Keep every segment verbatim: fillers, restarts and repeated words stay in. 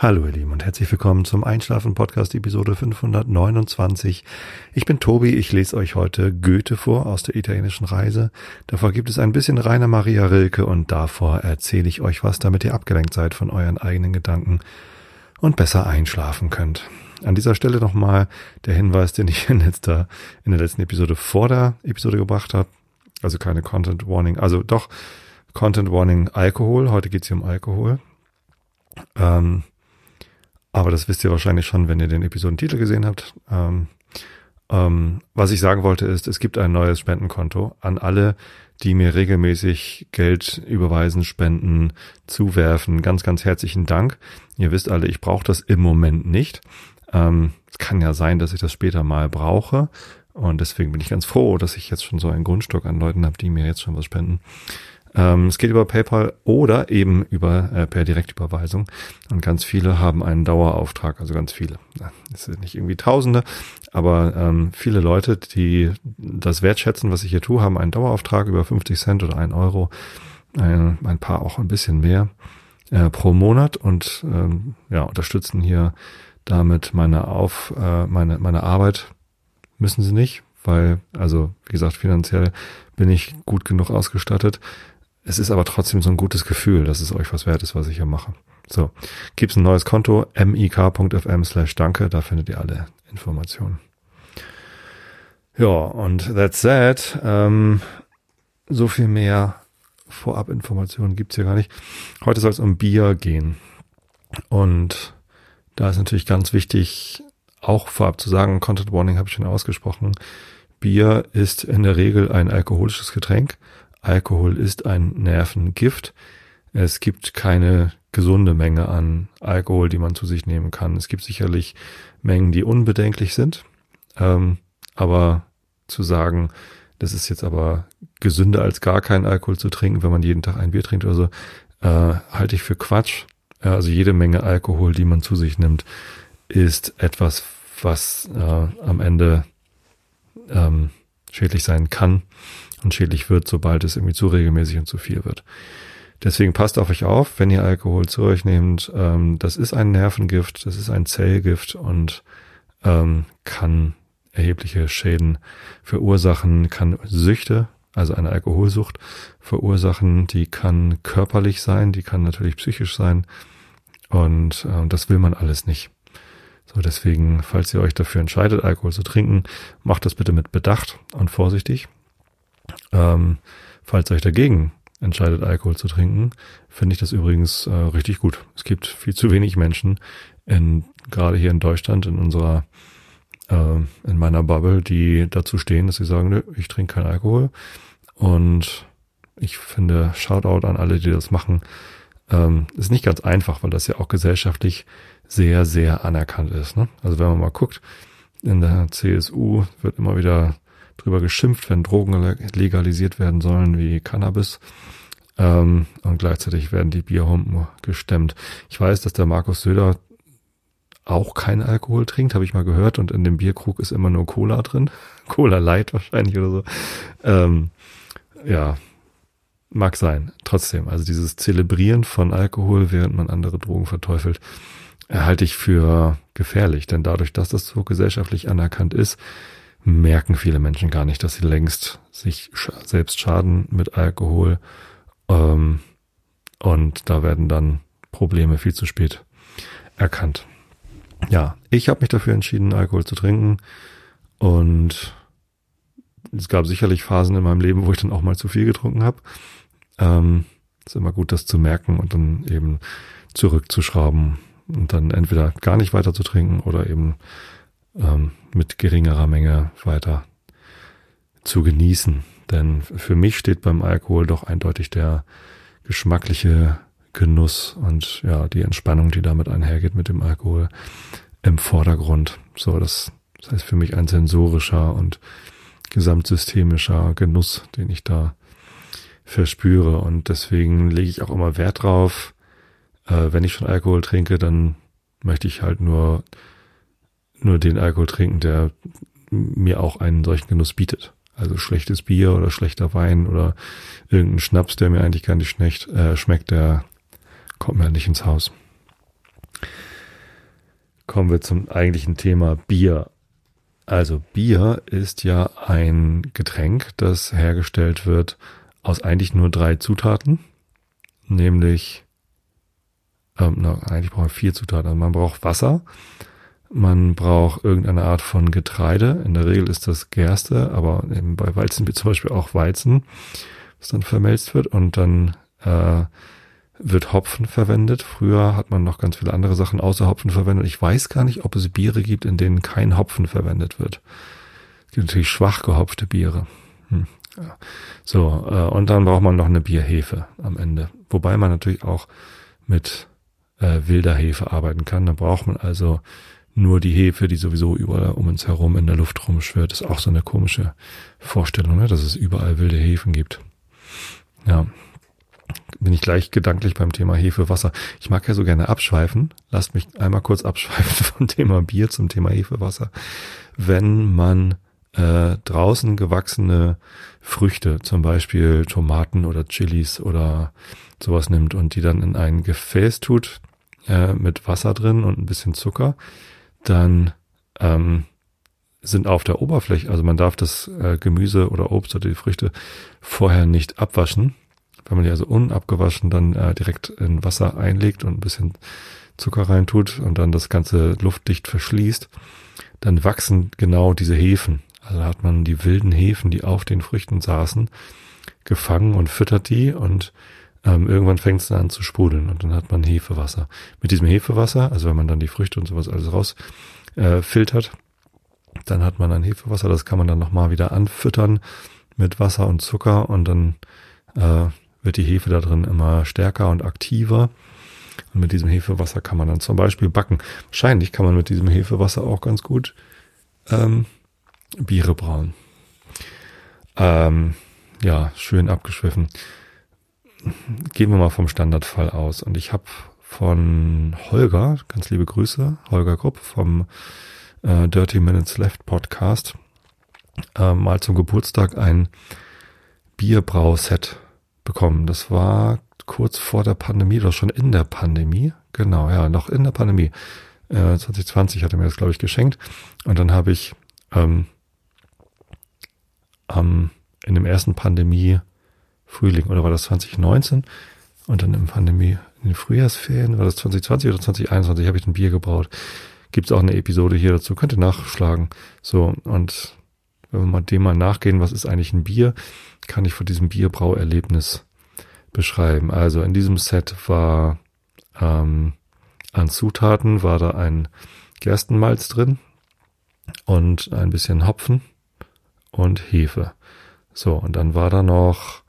Hallo ihr Lieben und herzlich willkommen zum Einschlafen-Podcast Episode fünfhundertneunundzwanzig. Ich bin Tobi, ich lese euch heute Goethe vor aus der italienischen Reise. Davor gibt es ein bisschen Rainer Maria Rilke und davor erzähle ich euch was, damit ihr abgelenkt seid von euren eigenen Gedanken und besser einschlafen könnt. An dieser Stelle nochmal der Hinweis, den ich in, letzter, in der letzten Episode vor der Episode gebracht habe. Also keine Content Warning, also doch Content Warning Alkohol. Heute geht es hier um Alkohol. Ähm, Aber das wisst ihr wahrscheinlich schon, wenn ihr den Episodentitel gesehen habt. Ähm, ähm, was ich sagen wollte ist, es gibt ein neues Spendenkonto an alle, die mir regelmäßig Geld überweisen, spenden, zuwerfen. Ganz, ganz herzlichen Dank. Ihr wisst alle, ich brauche das im Moment nicht. Ähm, es kann ja sein, dass ich das später mal brauche. Und deswegen bin ich ganz froh, dass ich jetzt schon so einen Grundstock an Leuten habe, die mir jetzt schon was spenden. Ähm, es geht über PayPal oder eben über äh, per Direktüberweisung und ganz viele haben einen Dauerauftrag, also ganz viele. Es sind nicht irgendwie Tausende, aber ähm, viele Leute, die das wertschätzen, was ich hier tue, haben einen Dauerauftrag über fünfzig Cent oder ein Euro, ein, ein paar auch ein bisschen mehr äh, pro Monat und ähm, ja unterstützen hier damit meine auf äh, meine meine Arbeit. Müssen sie nicht, weil also wie gesagt finanziell bin ich gut genug ausgestattet. Es ist aber trotzdem so ein gutes Gefühl, dass es euch was wert ist, was ich hier mache. So, gibt's ein neues Konto, mik.fm slash danke, da findet ihr alle Informationen. Ja, und that's that. Ähm, so viel mehr Vorabinformationen gibt's hier gar nicht. Heute soll es um Bier gehen. Und da ist natürlich ganz wichtig, auch vorab zu sagen, Content Warning habe ich schon ausgesprochen, Bier ist in der Regel ein alkoholisches Getränk. Alkohol ist ein Nervengift. Es gibt keine gesunde Menge an Alkohol, die man zu sich nehmen kann. Es gibt sicherlich Mengen, die unbedenklich sind. Ähm, aber zu sagen, das ist jetzt aber gesünder als gar keinen Alkohol zu trinken, wenn man jeden Tag ein Bier trinkt oder so, äh, halte ich für Quatsch. Ja, also jede Menge Alkohol, die man zu sich nimmt, ist etwas, was äh, am Ende ähm, schädlich sein kann und schädlich wird, sobald es irgendwie zu regelmäßig und zu viel wird. Deswegen passt auf euch auf, wenn ihr Alkohol zu euch nehmt. Ähm, das ist ein Nervengift, das ist ein Zellgift und ähm, kann erhebliche Schäden verursachen, kann Süchte, also eine Alkoholsucht verursachen, die kann körperlich sein, die kann natürlich psychisch sein und äh, das will man alles nicht. So, deswegen, falls ihr euch dafür entscheidet, Alkohol zu trinken, macht das bitte mit Bedacht und vorsichtig. Ähm, falls ihr euch dagegen entscheidet, Alkohol zu trinken, finde ich das übrigens äh, richtig gut. Es gibt viel zu wenig Menschen, in, gerade hier in Deutschland, in unserer, äh, in meiner Bubble, die dazu stehen, dass sie sagen, nö, ich trinke keinen Alkohol. Und ich finde, Shoutout an alle, die das machen. Ähm, ist nicht ganz einfach, weil das ja auch gesellschaftlich sehr, sehr anerkannt ist. Ne? Also wenn man mal guckt, in der C S U wird immer wieder drüber geschimpft, wenn Drogen legalisiert werden sollen wie Cannabis. Ähm, und gleichzeitig werden die Bierhumpen gestemmt. Ich weiß, dass der Markus Söder auch keinen Alkohol trinkt, habe ich mal gehört. Und in dem Bierkrug ist immer nur Cola drin. Cola Light wahrscheinlich oder so. Ähm, ja, mag sein. Trotzdem, also dieses Zelebrieren von Alkohol, während man andere Drogen verteufelt, halte ich für gefährlich. Denn dadurch, dass das so gesellschaftlich anerkannt ist, merken viele Menschen gar nicht, dass sie längst sich sch- selbst schaden mit Alkohol. Ähm, und da werden dann Probleme viel zu spät erkannt. Ja, ich habe mich dafür entschieden, Alkohol zu trinken. Und es gab sicherlich Phasen in meinem Leben, wo ich dann auch mal zu viel getrunken habe. Ähm, ist immer gut, das zu merken und dann eben zurückzuschrauben und dann entweder gar nicht weiter zu trinken oder eben ähm, mit geringerer Menge weiter zu genießen. Denn für mich steht beim Alkohol doch eindeutig der geschmackliche Genuss und ja die Entspannung, die damit einhergeht mit dem Alkohol im Vordergrund. So, das, das heißt für mich ein sensorischer und gesamtsystemischer Genuss, den ich da verspüre und deswegen lege ich auch immer Wert drauf, äh, wenn ich schon Alkohol trinke, dann möchte ich halt nur nur den Alkohol trinken, der mir auch einen solchen Genuss bietet. Also schlechtes Bier oder schlechter Wein oder irgendein Schnaps, der mir eigentlich gar nicht schmeckt, äh, schmeckt, der kommt mir nicht ins Haus. kommen wir zum eigentlichen Thema Bier. Also Bier ist ja ein Getränk, das hergestellt wird aus eigentlich nur drei Zutaten, nämlich, ähm, na, eigentlich braucht man vier Zutaten. Also man braucht Wasser, man braucht irgendeine Art von Getreide, in der Regel ist das Gerste, aber eben bei Weizenbier zum Beispiel auch Weizen, was dann vermelzt wird, und dann äh, wird Hopfen verwendet. Früher hat man noch ganz viele andere Sachen außer Hopfen verwendet. Ich weiß gar nicht, ob es Biere gibt, in denen kein Hopfen verwendet wird. Es gibt natürlich schwach gehopfte Biere. Hm. Ja. So, äh, und dann braucht man noch eine Bierhefe am Ende. Wobei man natürlich auch mit äh, wilder Hefe arbeiten kann. Da braucht man also nur die Hefe, die sowieso überall um uns herum in der Luft rumschwirrt. Das ist auch so eine komische Vorstellung, ne? Dass es überall wilde Hefen gibt. Ja. Bin ich gleich gedanklich beim Thema Hefe, Wasser. Ich mag ja so gerne abschweifen. Lasst mich einmal kurz abschweifen vom Thema Bier zum Thema Hefe, Wasser. Wenn man äh, draußen gewachsene Früchte, zum Beispiel Tomaten oder Chilis oder sowas nimmt und die dann in ein Gefäß tut äh, mit Wasser drin und ein bisschen Zucker, dann ähm, sind auf der Oberfläche, also man darf das äh, Gemüse oder Obst oder die Früchte vorher nicht abwaschen. Wenn man die also unabgewaschen dann äh, direkt in Wasser einlegt und ein bisschen Zucker reintut und dann das Ganze luftdicht verschließt, dann wachsen genau diese Hefen. Also da hat man die wilden Hefen, die auf den Früchten saßen, gefangen und füttert die, und ähm, irgendwann fängt es dann an zu sprudeln und dann hat man Hefewasser. Mit diesem Hefewasser, also wenn man dann die Früchte und sowas alles raus äh, filtert, dann hat man ein Hefewasser, das kann man dann nochmal wieder anfüttern mit Wasser und Zucker, und dann äh, wird die Hefe da drin immer stärker und aktiver. Und mit diesem Hefewasser kann man dann zum Beispiel backen. Wahrscheinlich kann man mit diesem Hefewasser auch ganz gut ähm, Biere brauen. Ähm, ja, schön abgeschwiffen. Gehen wir mal vom Standardfall aus. Und ich habe von Holger, ganz liebe Grüße, Holger Grupp vom äh, Dirty Minutes Left Podcast, äh, mal zum Geburtstag ein Bierbrauset bekommen. Das war kurz vor der Pandemie oder schon in der Pandemie. Genau, ja, noch in der Pandemie. Äh, zwanzig zwanzig hat er mir das, glaube ich, geschenkt. Und dann habe ich ähm, ähm, in dem ersten Pandemie-Frühling, oder war das zwanzig neunzehn? Und dann im Pandemie, in den Frühjahrsferien, war das zwanzig zwanzig oder zwanzig einundzwanzig, habe ich ein Bier gebraut. Gibt es auch eine Episode hier dazu, könnt ihr nachschlagen. So, und wenn wir mal dem mal nachgehen, was ist eigentlich ein Bier, kann ich von diesem Bierbrauerlebnis beschreiben. Also in diesem Set war ähm, an Zutaten war da ein Gerstenmalz drin und ein bisschen Hopfen und Hefe. So, und dann war da noch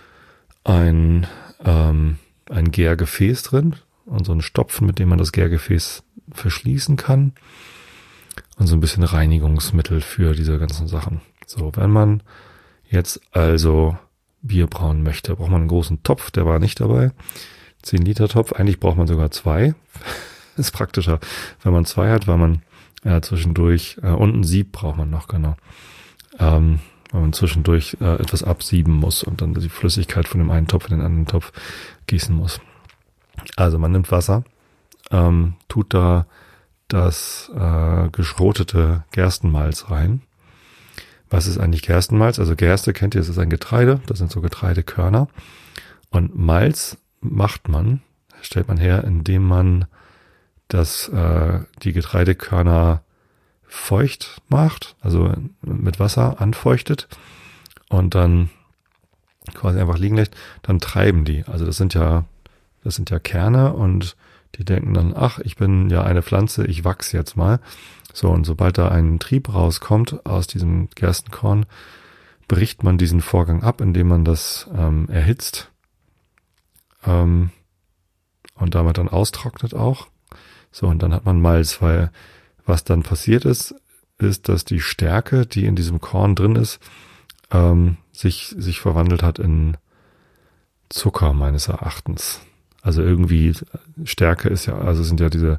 ein ähm, ein Gärgefäß drin und so ein Stopfen, mit dem man das Gärgefäß verschließen kann, und so ein bisschen Reinigungsmittel für diese ganzen Sachen. So, wenn man jetzt also Bier brauen möchte, braucht man einen großen Topf, der war nicht dabei. zehn Liter Topf, eigentlich braucht man sogar zwei. Ist praktischer, wenn man zwei hat, weil man äh, zwischendurch, äh, und ein Sieb braucht man noch, genau. Ähm, weil man zwischendurch äh, etwas absieben muss und dann die Flüssigkeit von dem einen Topf in den anderen Topf gießen muss. Also man nimmt Wasser, ähm, tut da das äh, geschrotete Gerstenmalz rein. Was ist eigentlich Gerstenmalz? Also Gerste, kennt ihr, es ist ein Getreide, das sind so Getreidekörner. Und Malz macht man, stellt man her, indem man das, äh, die Getreidekörner feucht macht, also mit Wasser anfeuchtet und dann quasi einfach liegen lässt, dann treiben die. Also das sind ja, das sind ja Kerne, und die denken dann, ach, ich bin ja eine Pflanze, ich wachse jetzt mal. So, und sobald da ein Trieb rauskommt aus diesem Gerstenkorn, bricht man diesen Vorgang ab, indem man das ähm, erhitzt ähm, und damit dann austrocknet auch. So, und dann hat man Malz, weil was dann passiert ist, ist, dass die Stärke, die in diesem Korn drin ist, ähm, sich sich verwandelt hat in Zucker meines Erachtens. Also irgendwie Stärke ist ja, also sind ja diese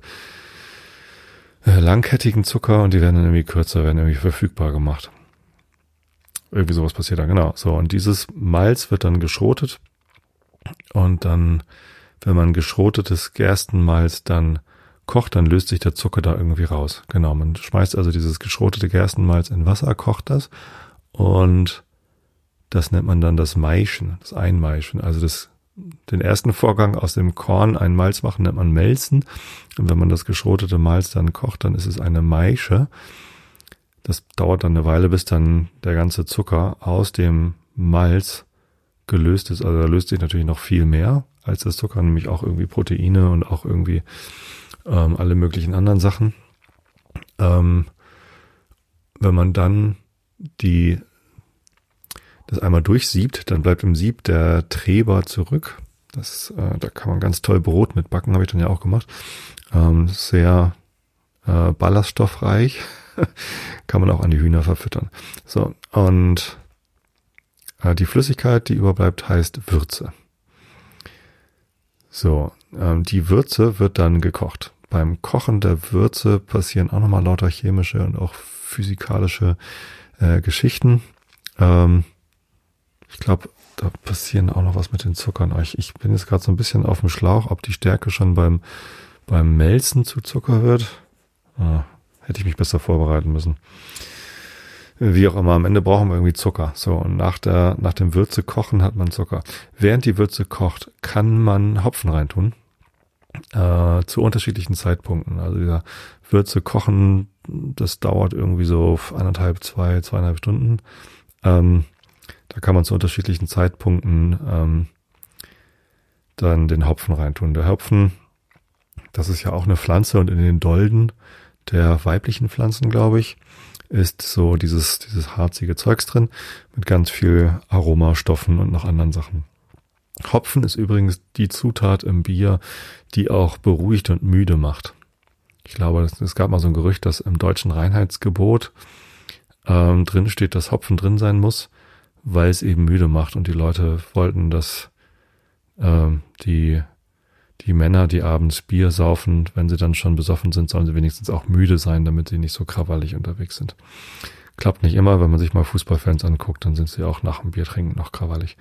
langkettigen Zucker, und die werden dann irgendwie kürzer, werden irgendwie verfügbar gemacht. Irgendwie sowas passiert da, genau. So, und dieses Malz wird dann geschrotet, und dann, wenn man geschrotetes Gerstenmalz dann kocht, dann löst sich der Zucker da irgendwie raus. Genau, man schmeißt also dieses geschrotete Gerstenmalz in Wasser, kocht das und das nennt man dann das Maischen, das Einmaischen. Also das, den ersten Vorgang aus dem Korn ein Malz machen nennt man Melzen. Und wenn man das geschrotete Malz dann kocht, dann ist es eine Maische. Das dauert dann eine Weile, bis dann der ganze Zucker aus dem Malz gelöst ist. Also da löst sich natürlich noch viel mehr als das Zucker, nämlich auch irgendwie Proteine und auch irgendwie ähm, alle möglichen anderen Sachen. Ähm, wenn man dann die das einmal durchsiebt, dann bleibt im Sieb der Treber zurück. Das, äh, da kann man ganz toll Brot mitbacken, habe ich dann ja auch gemacht. Ähm, sehr äh, ballaststoffreich, kann man auch an die Hühner verfüttern. So, und äh, die Flüssigkeit, die überbleibt, heißt Würze. So, ähm, die Würze wird dann gekocht. Beim Kochen der Würze passieren auch nochmal lauter chemische und auch physikalische äh, Geschichten. Ähm, ich glaube, da passieren auch noch was mit den Zuckern. Ich, ich bin jetzt gerade so ein bisschen auf dem Schlauch, ob die Stärke schon beim, beim Melzen zu Zucker wird. Ah, hätte ich mich besser vorbereiten müssen. Wie auch immer, am Ende brauchen wir irgendwie Zucker. So, und nach der, nach dem Würzekochen hat man Zucker. Während die Würze kocht, kann man Hopfen reintun. Äh, zu unterschiedlichen Zeitpunkten. Also dieser Würze kochen, das dauert irgendwie so anderthalb, zwei, zweieinhalb Stunden. Ähm, da kann man zu unterschiedlichen Zeitpunkten ähm, dann den Hopfen reintun. Der Hopfen, das ist ja auch eine Pflanze und in den Dolden der weiblichen Pflanzen, glaube ich, ist so dieses, dieses harzige Zeugs drin mit ganz viel Aromastoffen und noch anderen Sachen. Hopfen ist übrigens die Zutat im Bier, die auch beruhigt und müde macht. Ich glaube, es, es gab mal so ein Gerücht, dass im deutschen Reinheitsgebot ähm, drin steht, dass Hopfen drin sein muss, weil es eben müde macht und die Leute wollten, dass ähm, die die Männer, die abends Bier saufen, wenn sie dann schon besoffen sind, sollen sie wenigstens auch müde sein, damit sie nicht so krawallig unterwegs sind. Klappt nicht immer, wenn man sich mal Fußballfans anguckt, dann sind sie auch nach dem Biertrinken noch krawallig.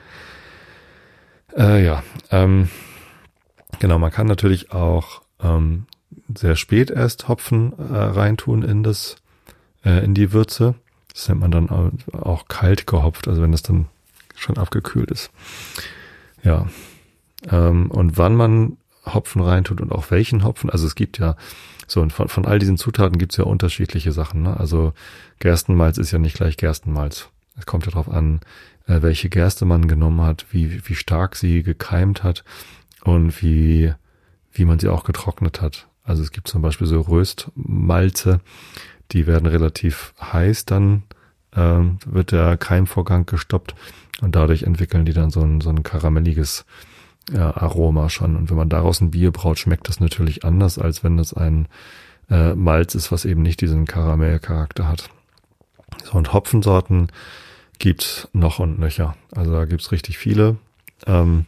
Äh, ja, ähm, genau, man kann natürlich auch ähm, sehr spät erst Hopfen äh, reintun in das, äh, in die Würze. Das nennt man dann auch kalt gehopft, also wenn das dann schon abgekühlt ist. Ja, ähm, und wann man Hopfen reintut und auch welchen Hopfen, also es gibt ja so, und von, von all diesen Zutaten gibt es ja unterschiedliche Sachen, ne? Also Gerstenmalz ist ja nicht gleich Gerstenmalz. Es kommt ja darauf an, äh, welche Gerste man genommen hat, wie wie stark sie gekeimt hat und wie wie man sie auch getrocknet hat. Also es gibt zum Beispiel so Röstmalze, die werden relativ heiß, dann ähm, wird der Keimvorgang gestoppt und dadurch entwickeln die dann so ein so ein karamelliges ja, Aroma schon. Und wenn man daraus ein Bier braut, schmeckt das natürlich anders, als wenn das ein äh, Malz ist, was eben nicht diesen Karamellcharakter hat. So, und Hopfensorten gibt's noch und nöcher. Also da gibt's richtig viele. Ähm,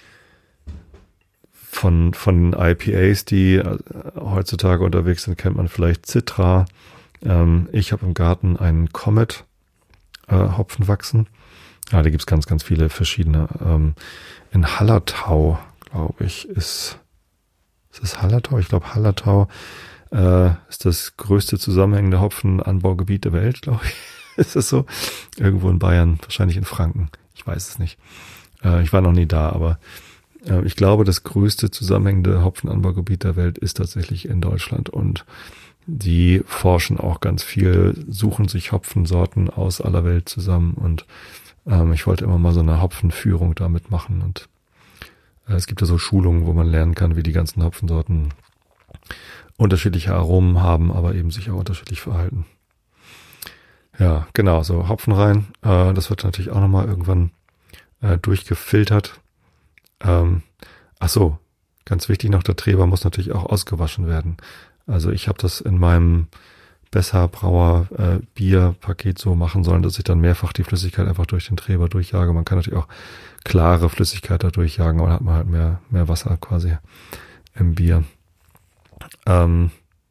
von von I P As, die äh, heutzutage unterwegs sind, kennt man vielleicht Citra. Ähm, ich habe im Garten einen Comet äh, Hopfen wachsen. Ja, da gibt's ganz, ganz viele verschiedene. Ähm, in Hallertau, glaube ich, ist, ist es Hallertau? Ich glaube, Hallertau äh, ist das größte zusammenhängende Hopfenanbaugebiet der Welt, glaube ich. Ist das so? Irgendwo in Bayern, wahrscheinlich in Franken. Ich weiß es nicht. Äh, ich war noch nie da, aber äh, ich glaube, das größte zusammenhängende Hopfenanbaugebiet der Welt ist tatsächlich in Deutschland und die forschen auch ganz viel, suchen sich Hopfensorten aus aller Welt zusammen und ähm, ich wollte immer mal so eine Hopfenführung damit machen und äh, es gibt ja so Schulungen, wo man lernen kann, wie die ganzen Hopfensorten unterschiedliche Aromen haben, aber eben sich auch unterschiedlich verhalten. Ja, genau, so Hopfen rein, äh, das wird natürlich auch nochmal irgendwann äh, durchgefiltert. Ähm, ach so, ganz wichtig noch, der Treber muss natürlich auch ausgewaschen werden. Also ich habe das in meinem Besser Brauer äh, Bierpaket so machen sollen, dass ich dann mehrfach die Flüssigkeit einfach durch den Treber durchjage. Man kann natürlich auch klare Flüssigkeit da durchjagen, aber dann hat man halt mehr mehr Wasser quasi im Bier. Ähm,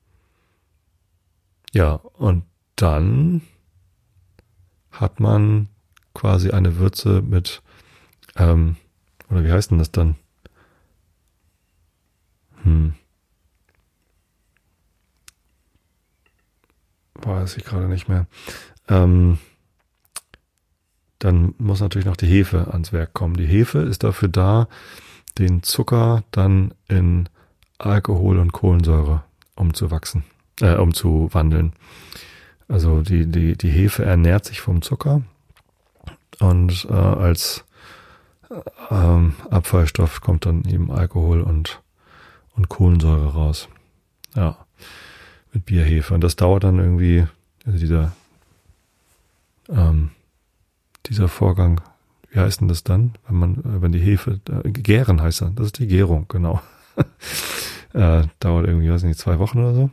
ja, und dann hat man quasi eine Würze mit, ähm, oder wie heißt denn das dann? Hm. weiß ich gerade nicht mehr. Ähm, dann muss natürlich noch die Hefe ans Werk kommen. Die Hefe ist dafür da, den Zucker dann in Alkohol und Kohlensäure umzuwachsen, äh, umzuwandeln. Also die, die, die Hefe ernährt sich vom Zucker und äh, als ähm, Abfallstoff kommt dann eben Alkohol und, und Kohlensäure raus. Ja, mit Bierhefe. Und das dauert dann irgendwie, also dieser, ähm, dieser Vorgang, wie heißt denn das dann, wenn man, wenn die Hefe, äh, gären heißt das, das ist die Gärung, genau. äh, dauert irgendwie, weiß nicht, zwei Wochen oder so.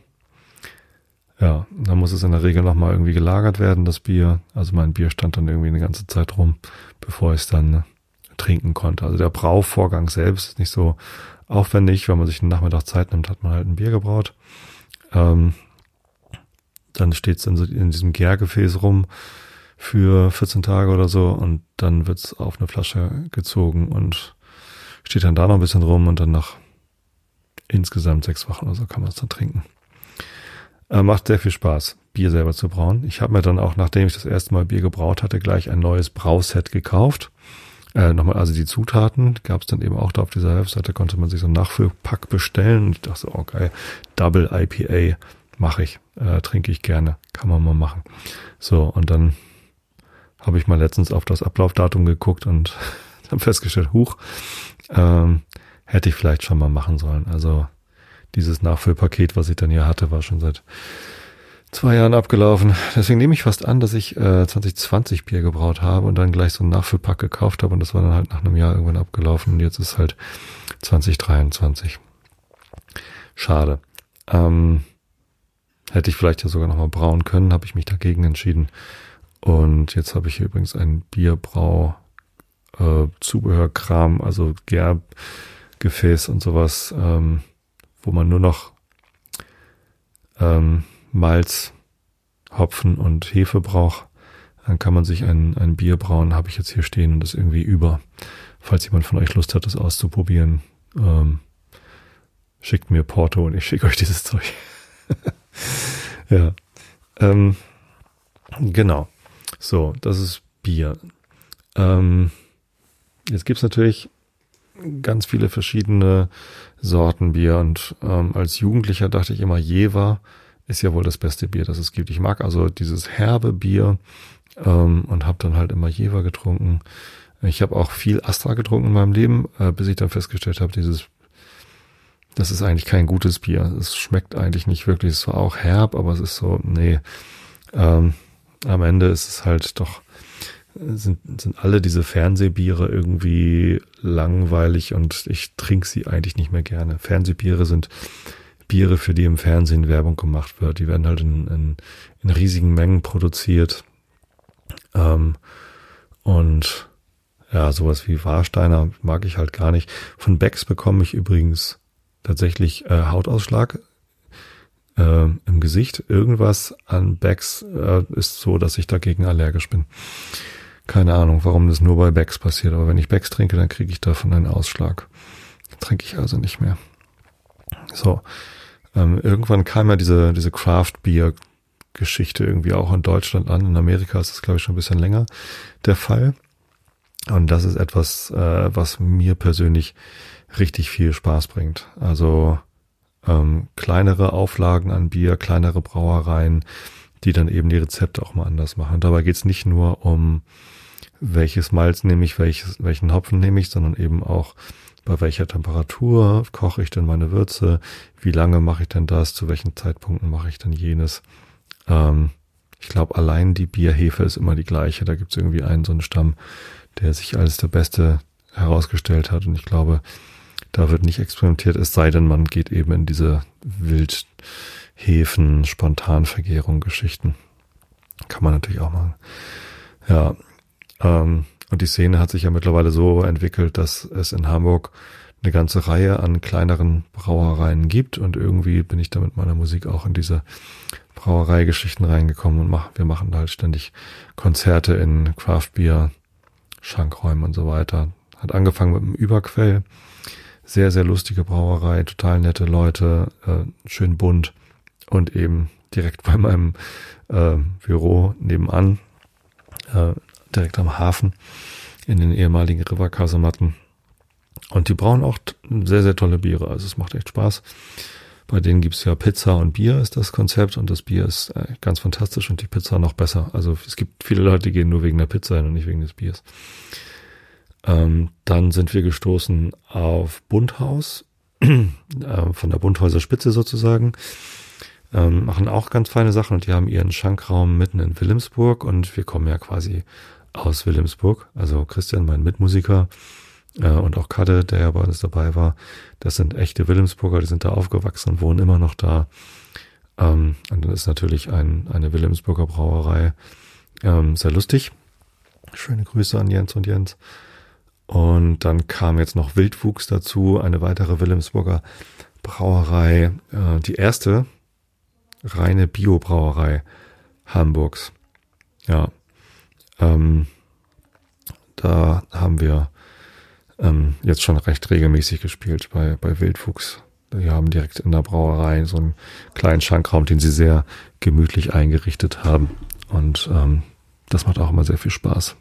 Ja, dann muss es in der Regel nochmal irgendwie gelagert werden, das Bier. Also mein Bier stand dann irgendwie eine ganze Zeit rum, bevor ich es dann trinken konnte. Also der Brauvorgang selbst ist nicht so aufwendig. Wenn man sich einen Nachmittag Zeit nimmt, hat man halt ein Bier gebraut. Ähm, dann steht es in, so, in diesem Gärgefäß rum für vierzehn Tage oder so und dann wird es auf eine Flasche gezogen und steht dann da noch ein bisschen rum und dann nach insgesamt sechs Wochen oder so kann man es dann trinken. Äh, macht sehr viel Spaß, Bier selber zu brauen. Ich habe mir dann auch, nachdem ich das erste Mal Bier gebraut hatte, gleich ein neues Brauset gekauft. Äh, nochmal, also die Zutaten gab es dann eben auch da auf dieser Webseite, konnte man sich so einen Nachfüllpack bestellen und ich dachte so, oh geil, Double I P A mache ich, äh, trinke ich gerne, kann man mal machen. So, und dann habe ich mal letztens auf das Ablaufdatum geguckt und dann festgestellt, huch, ähm, hätte ich vielleicht schon mal machen sollen. Also dieses Nachfüllpaket, was ich dann hier hatte, war schon seit zwei Jahren abgelaufen. Deswegen nehme ich fast an, dass ich äh, zwanzig zwanzig Bier gebraut habe und dann gleich so einen Nachfüllpack gekauft habe und das war dann halt nach einem Jahr irgendwann abgelaufen und jetzt ist halt zwanzig dreiundzwanzig. Schade. Ähm, hätte ich vielleicht ja sogar nochmal brauen können, habe ich mich dagegen entschieden. Und jetzt habe ich hier übrigens ein Bierbrau äh, Zubehörkram, also Gärgefäß und sowas, ähm, wo man nur noch ähm, Malz, Hopfen und Hefe braucht. Dann kann man sich ein, ein Bier brauen, habe ich jetzt hier stehen und das irgendwie über. Falls jemand von euch Lust hat, das auszuprobieren, ähm, schickt mir Porto und ich schicke euch dieses Zeug. Ja, ähm, genau. So, das ist Bier. Ähm, jetzt gibt's natürlich ganz viele verschiedene Sorten Bier und ähm, als Jugendlicher dachte ich immer, Jever ist ja wohl das beste Bier, das es gibt. Ich mag also dieses herbe Bier ähm, und habe dann halt immer Jever getrunken. Ich habe auch viel Astra getrunken in meinem Leben, äh, bis ich dann festgestellt habe, dieses, das ist eigentlich kein gutes Bier. Es schmeckt eigentlich nicht wirklich. Es war auch herb, aber es ist so, nee, ähm, am Ende ist es halt doch, sind, sind alle diese Fernsehbiere irgendwie langweilig und ich trinke sie eigentlich nicht mehr gerne. Fernsehbiere sind Biere, für die im Fernsehen Werbung gemacht wird. Die werden halt in, in, in riesigen Mengen produziert. Ähm, und ja, sowas wie Warsteiner mag ich halt gar nicht. Von Becks bekomme ich übrigens tatsächlich äh, Hautausschlag äh, im Gesicht. Irgendwas an Becks äh, ist so, dass ich dagegen allergisch bin. Keine Ahnung, warum das nur bei Becks passiert. Aber wenn ich Becks trinke, dann kriege ich davon einen Ausschlag. Trinke ich also nicht mehr. So, ähm, irgendwann kam ja diese diese Craft-Bier-Geschichte irgendwie auch in Deutschland an. In Amerika ist das, glaube ich, schon ein bisschen länger der Fall. Und das ist etwas, äh, was mir persönlich richtig viel Spaß bringt. Also ähm, kleinere Auflagen an Bier, kleinere Brauereien, die dann eben die Rezepte auch mal anders machen. Dabei geht's nicht nur um, welches Malz nehme ich, welches, welchen Hopfen nehme ich, sondern eben auch, bei welcher Temperatur koche ich denn meine Würze, wie lange mache ich denn das, zu welchen Zeitpunkten mache ich denn jenes. Ähm, ich glaube, allein die Bierhefe ist immer die gleiche. Da gibt's irgendwie einen so einen Stamm, der sich als der Beste herausgestellt hat. Und ich glaube, da wird nicht experimentiert, es sei denn, man geht eben in diese Wildhefen, Spontanvergärung, Geschichten. Kann man natürlich auch machen. Ja, ähm, und die Szene hat sich ja mittlerweile so entwickelt, dass es in Hamburg eine ganze Reihe an kleineren Brauereien gibt und irgendwie bin ich da mit meiner Musik auch in diese Brauereigeschichten reingekommen und mach, wir machen da halt ständig Konzerte in Craft-Bier, Schankräumen und so weiter. Hat angefangen mit dem Überquell. Sehr, sehr lustige Brauerei, total nette Leute, äh, schön bunt und eben direkt bei meinem äh, Büro nebenan, äh, direkt am Hafen in den ehemaligen Riverkasematten. Und die brauen auch t- sehr, sehr tolle Biere. Also es macht echt Spaß. Bei denen gibt's ja Pizza und Bier ist das Konzept und das Bier ist äh, ganz fantastisch und die Pizza noch besser. Also es gibt viele Leute, die gehen nur wegen der Pizza hin und nicht wegen des Biers. Ähm, dann sind wir gestoßen auf Bunthaus, äh, von der Bunthäuser Spitze sozusagen. Ähm, machen auch ganz feine Sachen und die haben ihren Schankraum mitten in Wilhelmsburg und wir kommen ja quasi aus Wilhelmsburg. Also Christian, mein Mitmusiker, äh, und auch Kadde, der ja bei uns dabei war, das sind echte Wilhelmsburger, die sind da aufgewachsen und wohnen immer noch da. Ähm, und dann ist natürlich ein, eine Wilhelmsburger Brauerei ähm, sehr lustig. Schöne Grüße an Jens und Jens. Und dann kam jetzt noch Wildwuchs dazu, eine weitere Wilhelmsburger Brauerei, äh, die erste reine Bio-Brauerei Hamburgs. Ja, ähm, da haben wir ähm, jetzt schon recht regelmäßig gespielt bei, bei Wildwuchs. Die haben direkt in der Brauerei so einen kleinen Schankraum, den sie sehr gemütlich eingerichtet haben. Und ähm, das macht auch immer sehr viel Spaß.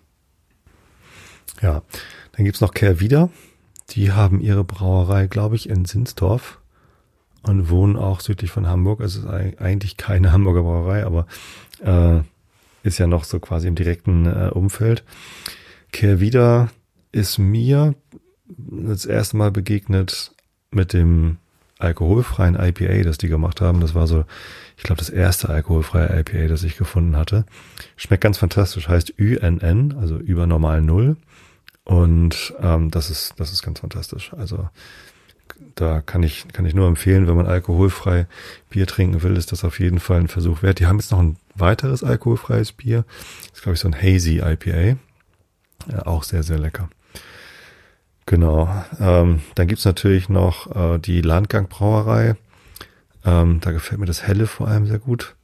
Ja, dann gibt's noch Kehrwieder. Die haben ihre Brauerei, glaube ich, in Sinsdorf und wohnen auch südlich von Hamburg. Also es ist eigentlich keine Hamburger Brauerei, aber äh, ist ja noch so quasi im direkten äh, Umfeld. Kehrwieder ist mir das erste Mal begegnet mit dem alkoholfreien I P A, das die gemacht haben. Das war so, ich glaube, das erste alkoholfreie I P A, das ich gefunden hatte. Schmeckt ganz fantastisch, heißt Ü N N, also über normal Null. Und ähm, das ist das ist ganz fantastisch. Also da kann ich kann ich nur empfehlen, wenn man alkoholfrei Bier trinken will, ist das auf jeden Fall ein Versuch wert. Die haben jetzt noch ein weiteres alkoholfreies Bier. Das ist, glaube ich, so ein Hazy I P A. Ja, auch sehr, sehr lecker. Genau. Ähm, dann gibt's natürlich noch äh, die Landgang Brauerei. Ähm, da gefällt mir das Helle vor allem sehr gut.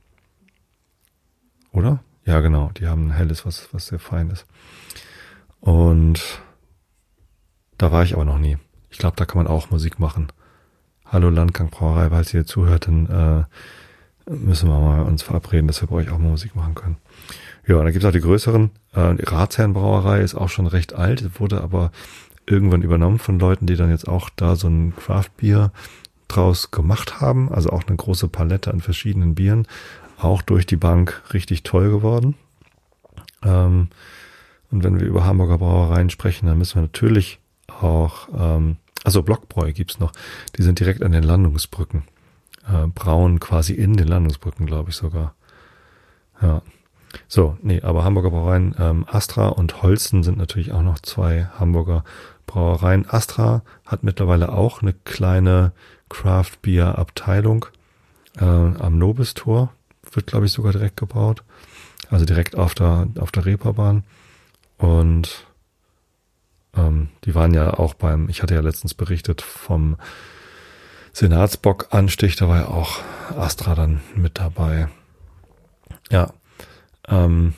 Oder? Ja, genau. Die haben ein Helles, was was sehr fein ist. Und da war ich aber noch nie. Ich glaube, da kann man auch Musik machen. Hallo Landgang Brauerei, falls ihr zuhört, dann äh, müssen wir mal uns verabreden, dass wir bei euch auch mal Musik machen können. Ja, und dann gibt es auch die größeren. Äh, die Ratsherrn Brauerei ist auch schon recht alt, wurde aber irgendwann übernommen von Leuten, die dann jetzt auch da so ein Craft-Bier draus gemacht haben. Also auch eine große Palette an verschiedenen Bieren. Auch durch die Bank richtig toll geworden. Ähm, Und wenn wir über Hamburger Brauereien sprechen, dann müssen wir natürlich auch, ähm, also Blockbräu gibt's noch, die sind direkt an den Landungsbrücken, äh, brauen quasi in den Landungsbrücken, glaube ich sogar. Ja, so, nee, aber Hamburger Brauereien, ähm, Astra und Holsten sind natürlich auch noch zwei Hamburger Brauereien. Astra hat mittlerweile auch eine kleine Craft-Bier-Abteilung äh, am Nobistor, wird, glaube ich, sogar direkt gebaut, also direkt auf der auf der Reeperbahn. Und ähm, die waren ja auch beim, ich hatte ja letztens berichtet vom Senatsbock-Anstich, da war ja auch Astra dann mit dabei. Ja. Ähm,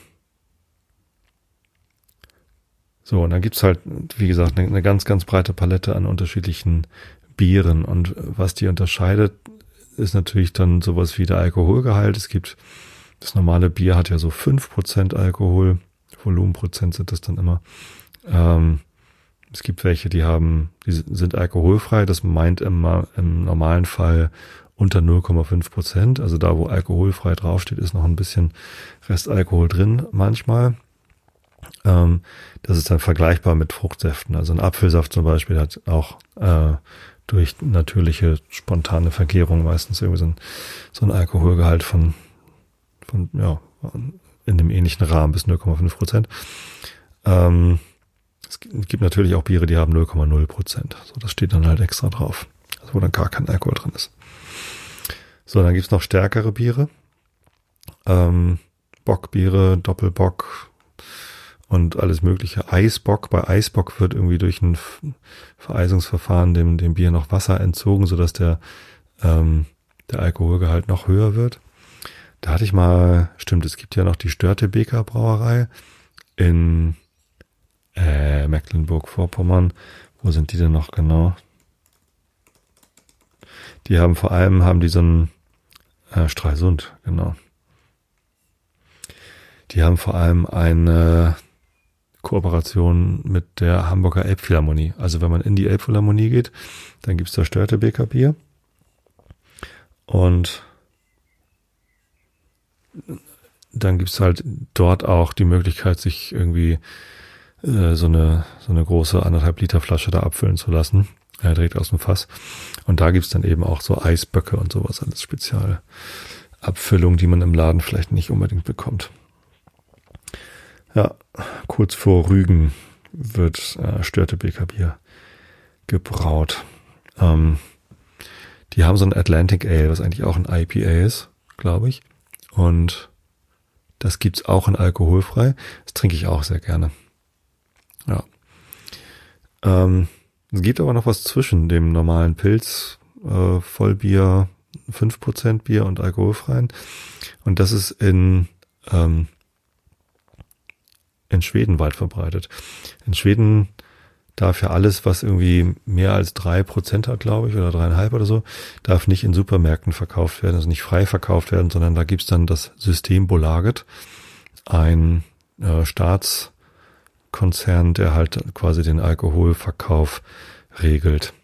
so, und dann gibt's halt, wie gesagt, eine, eine ganz, ganz breite Palette an unterschiedlichen Bieren. Und was die unterscheidet, ist natürlich dann sowas wie der Alkoholgehalt. Es gibt, das normale Bier hat ja so fünf Prozent Alkohol. Volumenprozent sind das dann immer. Ähm, es gibt welche, die haben, die sind alkoholfrei. Das meint immer im normalen Fall unter null Komma fünf Prozent. Also da, wo alkoholfrei draufsteht, ist noch ein bisschen Restalkohol drin manchmal. Ähm, das ist dann vergleichbar mit Fruchtsäften. Also ein Apfelsaft zum Beispiel hat auch äh, durch natürliche spontane Vergärung meistens irgendwie so ein, so ein Alkoholgehalt von, von ja, in dem ähnlichen Rahmen bis null Komma fünf Prozent. Ähm, es gibt natürlich auch Biere, die haben null Komma null Prozent. So, das steht dann halt extra drauf. Also wo dann gar kein Alkohol drin ist. So, dann gibt's noch stärkere Biere. Ähm, Bockbiere, Doppelbock und alles mögliche. Eisbock. Bei Eisbock wird irgendwie durch ein Vereisungsverfahren dem, dem Bier noch Wasser entzogen, sodass der, ähm, der Alkoholgehalt noch höher wird. Da hatte ich mal, stimmt, es gibt ja noch die Störtebeker Brauerei in äh, Mecklenburg-Vorpommern. Wo sind die denn noch genau? Die haben vor allem, haben die so ein, Äh, Stralsund, genau. Die haben vor allem eine Kooperation mit der Hamburger Elbphilharmonie. Also wenn man in die Elbphilharmonie geht, dann gibt's da Störtebeker Bier. Und dann gibt's halt dort auch die Möglichkeit, sich irgendwie äh, so eine so eine große anderthalb Liter Flasche da abfüllen zu lassen. Er direkt aus dem Fass. Und da gibt's dann eben auch so Eisböcke und sowas als Spezialabfüllung, die man im Laden vielleicht nicht unbedingt bekommt. Ja, kurz vor Rügen wird äh, Störtebeker Bier gebraut. Ähm, die haben so ein Atlantic Ale, was eigentlich auch ein I P A ist, glaube ich. Und das gibt's auch in alkoholfrei. Das trinke ich auch sehr gerne. Ja. Ähm, es gibt aber noch was zwischen dem normalen Pilz, äh, Vollbier, fünf Prozent Bier und alkoholfreien. Und das ist in ähm, in Schweden weit verbreitet. In Schweden darf ja alles, was irgendwie mehr als drei Prozent hat, glaube ich, oder dreieinhalb oder so, darf nicht in Supermärkten verkauft werden, also nicht frei verkauft werden, sondern da gibt's dann das Systembolaget, ein äh, Staatskonzern, der halt quasi den Alkoholverkauf regelt.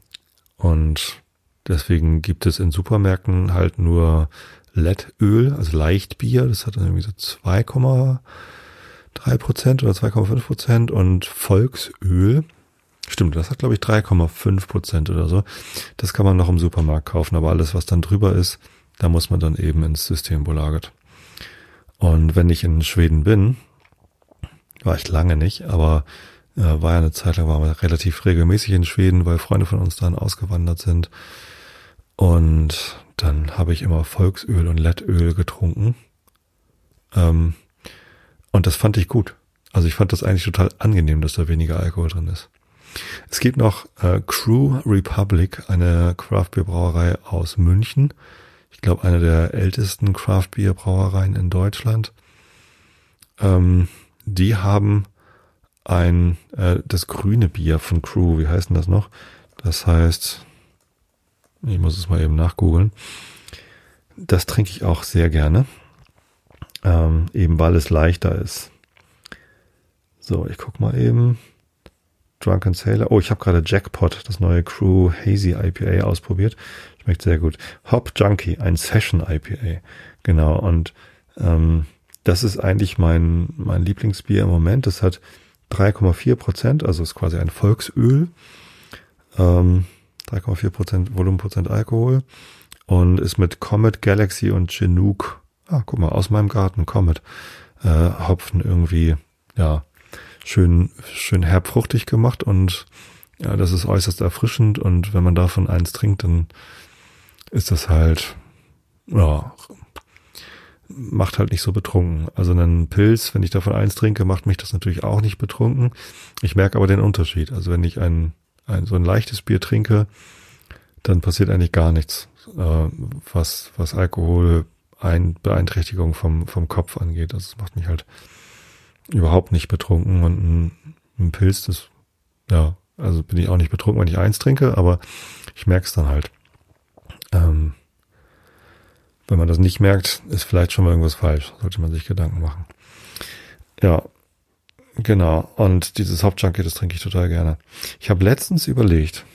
Und deswegen gibt es in Supermärkten halt nur L E D-Öl, also Leichtbier, das hat dann irgendwie so zwei Komma drei Prozent oder zwei Komma fünf Prozent und Volksöl, stimmt, das hat glaube ich drei Komma fünf Prozent oder so. Das kann man noch im Supermarkt kaufen, aber alles, was dann drüber ist, da muss man dann eben ins Systembolaget. Und wenn ich in Schweden bin, war ich lange nicht, aber äh, war ja eine Zeit lang, waren wir relativ regelmäßig in Schweden, weil Freunde von uns dann ausgewandert sind. Und dann habe ich immer Volksöl und L E D-Öl getrunken. Ähm, Und das fand ich gut. Also ich fand das eigentlich total angenehm, dass da weniger Alkohol drin ist. Es gibt noch äh, Crew Republic, eine Craft-Bier-Brauerei aus München. Ich glaube, eine der ältesten Craft-Bier-Brauereien in Deutschland. Ähm, die haben ein äh, das grüne Bier von Crew. Wie heißt denn das noch? Das heißt, ich muss es mal eben nachgoogeln. Das trinke ich auch sehr gerne. Ähm, eben weil es leichter ist. So, ich guck mal eben. Drunken Sailor. Oh, ich habe gerade Jackpot, das neue Crew Hazy I P A ausprobiert. Schmeckt sehr gut. Hop Junkie, ein Session I P A. Genau, und ähm, das ist eigentlich mein mein Lieblingsbier im Moment. Das hat drei Komma vier Prozent, also ist quasi ein Volksöl. Ähm, drei Komma vier Prozent Volumenprozent Alkohol und ist mit Comet, Galaxy und Chinook. Ah, guck mal, aus meinem Garten, Comet, äh, Hopfen irgendwie, ja, schön, schön herb fruchtig gemacht und ja, das ist äußerst erfrischend und wenn man davon eins trinkt, dann ist das halt, ja, macht halt nicht so betrunken. Also einen Pilz, wenn ich davon eins trinke, macht mich das natürlich auch nicht betrunken. Ich merke aber den Unterschied. Also wenn ich ein, ein so ein leichtes Bier trinke, dann passiert eigentlich gar nichts, äh, was, was Alkohol Ein Beeinträchtigung vom vom Kopf angeht. Also es macht mich halt überhaupt nicht betrunken und ein, ein Pilz, das, ja, also bin ich auch nicht betrunken, wenn ich eins trinke, aber ich merke es dann halt. Ähm, wenn man das nicht merkt, ist vielleicht schon mal irgendwas falsch. Sollte man sich Gedanken machen. Ja, genau. Und dieses Hop Junkie, das trinke ich total gerne. Ich habe letztens überlegt,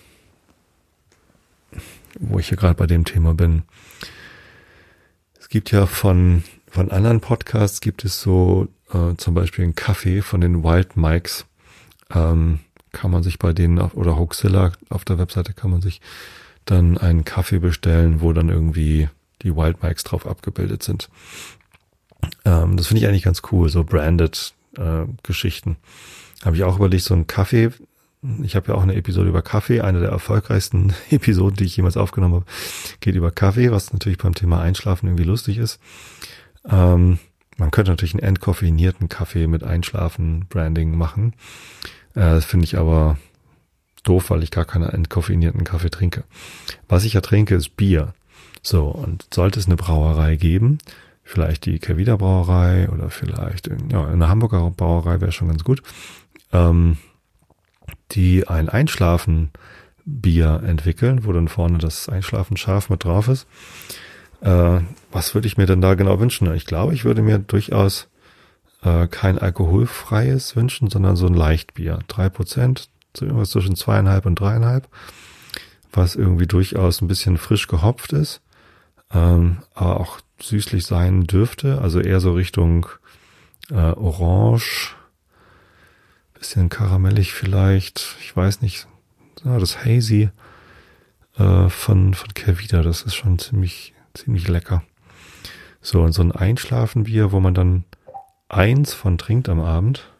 wo ich hier gerade bei dem Thema bin. Es gibt ja von von anderen Podcasts gibt es so äh, zum Beispiel einen Kaffee von den Wild Mikes. Ähm, kann man sich bei denen auf, oder Hoaxilla auf der Webseite kann man sich dann einen Kaffee bestellen, wo dann irgendwie die Wild Mikes drauf abgebildet sind. Ähm, das finde ich eigentlich ganz cool, so branded äh, Geschichten. Habe ich auch überlegt, so einen Kaffee. Ich habe ja auch eine Episode über Kaffee, eine der erfolgreichsten Episoden, die ich jemals aufgenommen habe, geht über Kaffee, was natürlich beim Thema Einschlafen irgendwie lustig ist. Ähm, man könnte natürlich einen entkoffeinierten Kaffee mit Einschlafen-Branding machen. Äh, das finde ich aber doof, weil ich gar keinen entkoffeinierten Kaffee trinke. Was ich ja trinke, ist Bier. So, und sollte es eine Brauerei geben, vielleicht die Kehrwieder Brauerei oder vielleicht ja, eine Hamburger Brauerei wäre schon ganz gut, ähm, die ein Einschlafen-Bier entwickeln, wo dann vorne das Einschlafen-Schaf mit drauf ist. Äh, was würde ich mir denn da genau wünschen? Ich glaube, ich würde mir durchaus äh, kein alkoholfreies wünschen, sondern so ein Leichtbier. Drei Prozent, so irgendwas zwischen zweieinhalb und dreieinhalb, was irgendwie durchaus ein bisschen frisch gehopft ist, ähm, aber auch süßlich sein dürfte. Also eher so Richtung äh, Orange, bisschen karamellig vielleicht. Ich weiß nicht. Ja, das Hazy äh, von von Kervida, das ist schon ziemlich ziemlich lecker. So, und so ein Einschlafenbier, wo man dann eins von trinkt am Abend.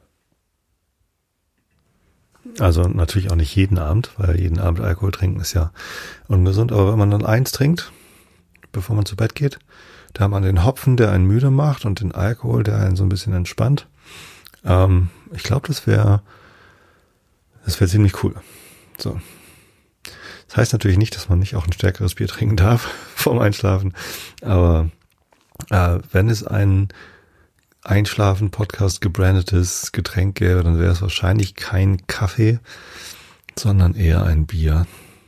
Also natürlich auch nicht jeden Abend, weil jeden Abend Alkohol trinken ist ja ungesund. Aber wenn man dann eins trinkt, bevor man zu Bett geht, da hat man den Hopfen, der einen müde macht, und den Alkohol, der einen so ein bisschen entspannt. Ähm, ich glaube, das wäre das wäre ziemlich cool. So. Das heißt natürlich nicht, dass man nicht auch ein stärkeres Bier trinken darf vorm Einschlafen. Aber äh, wenn es ein Einschlafen-Podcast gebrandetes Getränk gäbe, dann wäre es wahrscheinlich kein Kaffee, sondern eher ein Bier.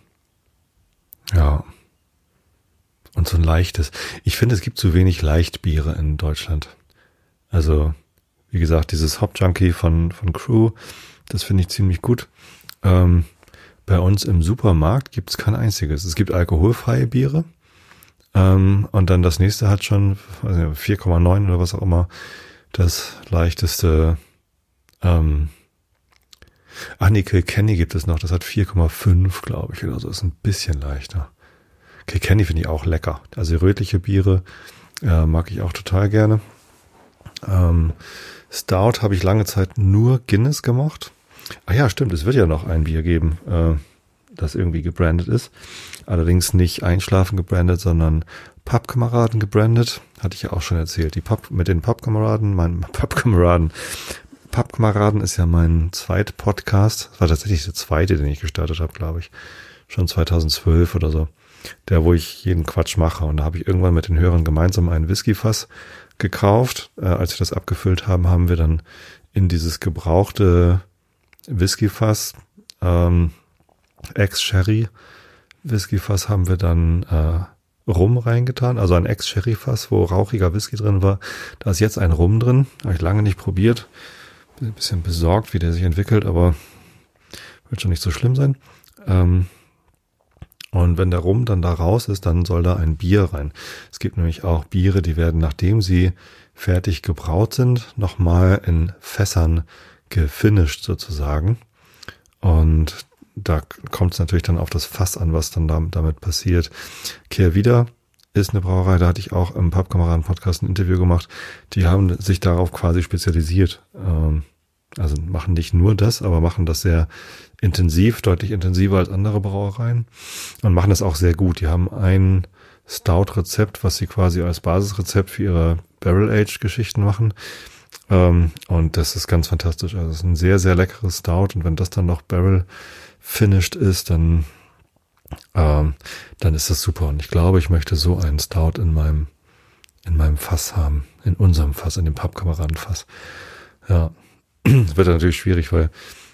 Ja. Und so ein leichtes. Ich finde, es gibt zu wenig Leichtbiere in Deutschland. Also, wie gesagt, dieses Hop Junkie von, von Crew, das finde ich ziemlich gut. Ähm, bei uns im Supermarkt gibt es kein einziges. Es gibt alkoholfreie Biere. Ähm, und dann das nächste hat schon also vier Komma neun oder was auch immer. Das leichteste, ähm, ach nee, Kilkenny gibt es noch. Das hat vier Komma fünf, glaube ich, oder so. Ist ein bisschen leichter. Kilkenny finde ich auch lecker. Also rötliche Biere äh, mag ich auch total gerne. Ähm, Stout habe ich lange Zeit nur Guinness gemocht. Ah ja, stimmt, es wird ja noch ein Bier geben, äh, das irgendwie gebrandet ist. Allerdings nicht Einschlafen gebrandet, sondern Pappkameraden gebrandet. Hatte ich ja auch schon erzählt. Die Papp mit den Pappkameraden, mein Pappkameraden. Pappkameraden ist ja mein zweiter Podcast. Das war tatsächlich der zweite, den ich gestartet habe, glaube ich. Schon zweitausendzwölf oder so. Der, wo ich jeden Quatsch mache. Und da habe ich irgendwann mit den Hörern gemeinsam einen Whiskyfass gekauft. Äh, als wir das abgefüllt haben, haben wir dann in dieses gebrauchte Whiskyfass, ähm, Ex-Sherry Whiskyfass haben wir dann äh, Rum reingetan, also ein Ex-Sherry-Fass, wo rauchiger Whisky drin war. Da ist jetzt ein Rum drin, habe ich lange nicht probiert. Bin ein bisschen besorgt, wie der sich entwickelt, aber wird schon nicht so schlimm sein. Ähm, und wenn der Rum dann da raus ist, dann soll da ein Bier rein. Es gibt nämlich auch Biere, die werden, nachdem sie fertig gebraut sind, nochmal in Fässern gefinished sozusagen. Und da kommt es natürlich dann auf das Fass an, was dann damit, damit passiert. Kehrwieder ist eine Brauerei, da hatte ich auch im Pappkameraden-Podcast ein Interview gemacht. Die haben sich darauf quasi spezialisiert. Ähm, also machen nicht nur das, aber machen das sehr intensiv, deutlich intensiver als andere Brauereien und machen das auch sehr gut. Die haben ein Stout-Rezept, was sie quasi als Basisrezept für ihre Barrel-Aged-Geschichten machen. Ähm, und das ist ganz fantastisch. Also es ist ein sehr, sehr leckeres Stout und wenn das dann noch Barrel-finished ist, dann ähm, dann ist das super. Und ich glaube, ich möchte so einen Stout in meinem in meinem Fass haben. In unserem Fass, in dem Pappkameraden-Fass. Ja, das wird natürlich schwierig, weil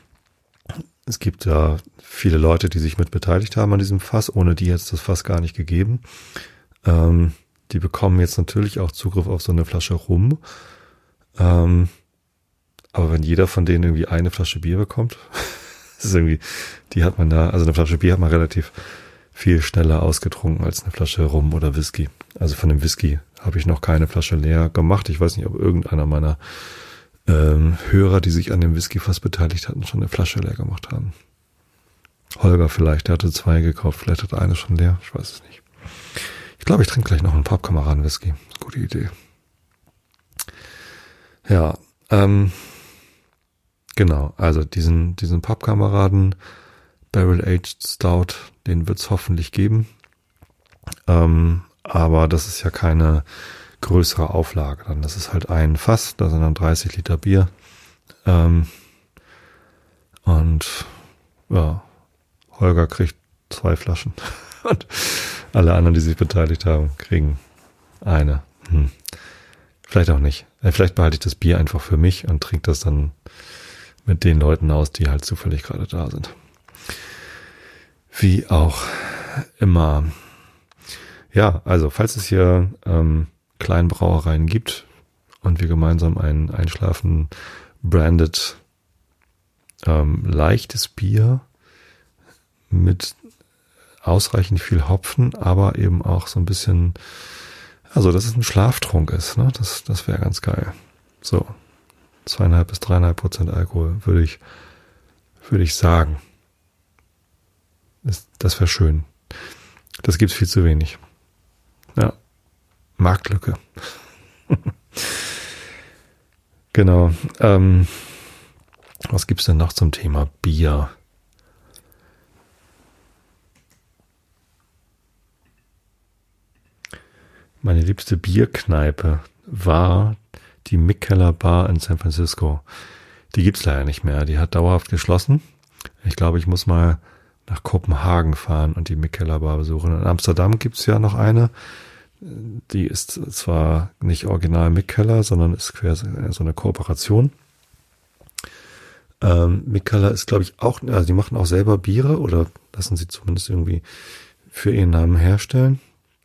es gibt ja viele Leute, die sich mit beteiligt haben an diesem Fass, ohne die jetzt das Fass gar nicht gegeben. Ähm, die bekommen jetzt natürlich auch Zugriff auf so eine Flasche Rum. Ähm, aber wenn jeder von denen irgendwie eine Flasche Bier bekommt, das ist irgendwie, die hat man da, also eine Flasche Bier hat man relativ viel schneller ausgetrunken als eine Flasche Rum oder Whisky. Also von dem Whisky habe ich noch keine Flasche leer gemacht. Ich weiß nicht, ob irgendeiner meiner ähm, Hörer, die sich an dem Whiskyfass beteiligt hatten, schon eine Flasche leer gemacht haben. Holger vielleicht, der hatte zwei gekauft, vielleicht hat er eine schon leer, ich weiß es nicht. Ich glaube, ich trinke gleich noch einen Pappkameraden-Whisky. Gute Idee. Ja, ähm, genau, also diesen, diesen Pappkameraden Barrel-Aged Stout, den wird es hoffentlich geben. Ähm, aber das ist ja keine größere Auflage dann. Das ist halt ein Fass, da sind dann dreißig Liter Bier. Ähm, und ja, Holger kriegt zwei Flaschen. Und alle anderen, die sich beteiligt haben, kriegen eine. Hm. Vielleicht auch nicht. Vielleicht behalte ich das Bier einfach für mich und trinke das dann mit den Leuten aus, die halt zufällig gerade da sind. Wie auch immer. Ja, also falls es hier ähm, Kleinbrauereien gibt und wir gemeinsam ein Einschlafen branded ähm, leichtes Bier mit ausreichend viel Hopfen, aber eben auch so ein bisschen, also dass es ein Schlaftrunk ist, ne? Das, das wäre ganz geil. So, zweieinhalb bis dreieinhalb Prozent Alkohol, würde ich, würde ich sagen. Das, das wäre schön. Das gibt's viel zu wenig. Ja, Marktlücke. Genau. Ähm, was gibt's denn noch zum Thema Bier? Meine liebste Bierkneipe war die Mikkeller Bar in San Francisco. Die gibt's leider nicht mehr. Die hat dauerhaft geschlossen. Ich glaube, ich muss mal nach Kopenhagen fahren und die Mikkeller Bar besuchen. In Amsterdam gibt's ja noch eine. Die ist zwar nicht original Mikkeller, sondern ist quasi so eine Kooperation. Ähm, Mikkeller ist, glaube ich, auch, also die machen auch selber Biere oder lassen sie zumindest irgendwie für ihren Namen herstellen.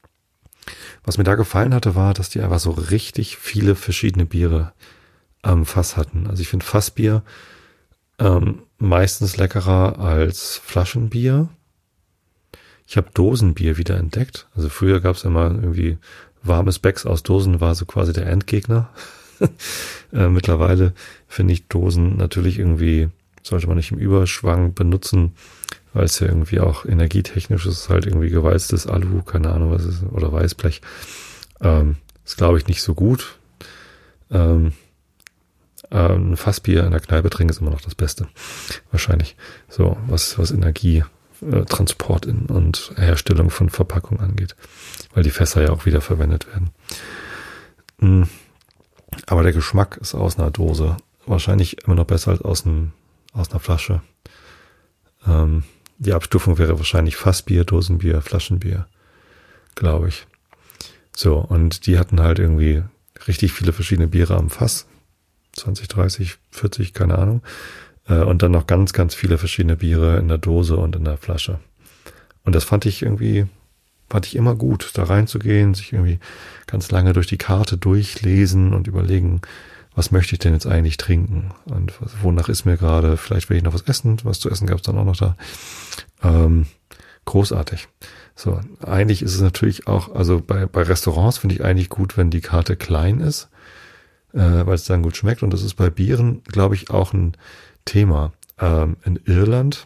Was mir da gefallen hatte, war, dass die einfach so richtig viele verschiedene Biere am Fass hatten. Also ich finde Fassbier ähm, meistens leckerer als Flaschenbier. Ich habe Dosenbier wieder entdeckt. Also früher gab es immer irgendwie warmes Becks aus Dosen, war so quasi der Endgegner. äh, mittlerweile finde ich Dosen natürlich irgendwie, sollte man nicht im Überschwang benutzen, weil es ja irgendwie auch energietechnisch ist, halt irgendwie gewalztes Alu, keine Ahnung was ist, oder Weißblech. Ähm, ist glaube ich nicht so gut. Ähm, ähm, ein Fassbier in der Kneipe trinken ist immer noch das Beste. Wahrscheinlich. So, was, was Energie, äh, Transport in, und Herstellung von Verpackung angeht. Weil die Fässer ja auch wieder verwendet werden. Mhm. Aber der Geschmack ist aus einer Dose wahrscheinlich immer noch besser als aus, ein, aus einer Flasche. Ähm, die Abstufung wäre wahrscheinlich Fassbier, Dosenbier, Flaschenbier, glaube ich. So, und die hatten halt irgendwie richtig viele verschiedene Biere am Fass. zwanzig, dreißig, vierzig, keine Ahnung. Äh, und dann noch ganz, ganz viele verschiedene Biere in der Dose und in der Flasche. Und das fand ich irgendwie, fand ich immer gut, da reinzugehen, sich irgendwie ganz lange durch die Karte durchlesen und überlegen, was möchte ich denn jetzt eigentlich trinken und was, wonach ist mir gerade, vielleicht will ich noch was essen, was zu essen gab es dann auch noch da. Ähm, großartig. So, eigentlich ist es natürlich auch, also bei, bei Restaurants finde ich eigentlich gut, wenn die Karte klein ist, äh, weil es dann gut schmeckt, und das ist bei Bieren, glaube ich, auch ein Thema. Ähm, in Irland,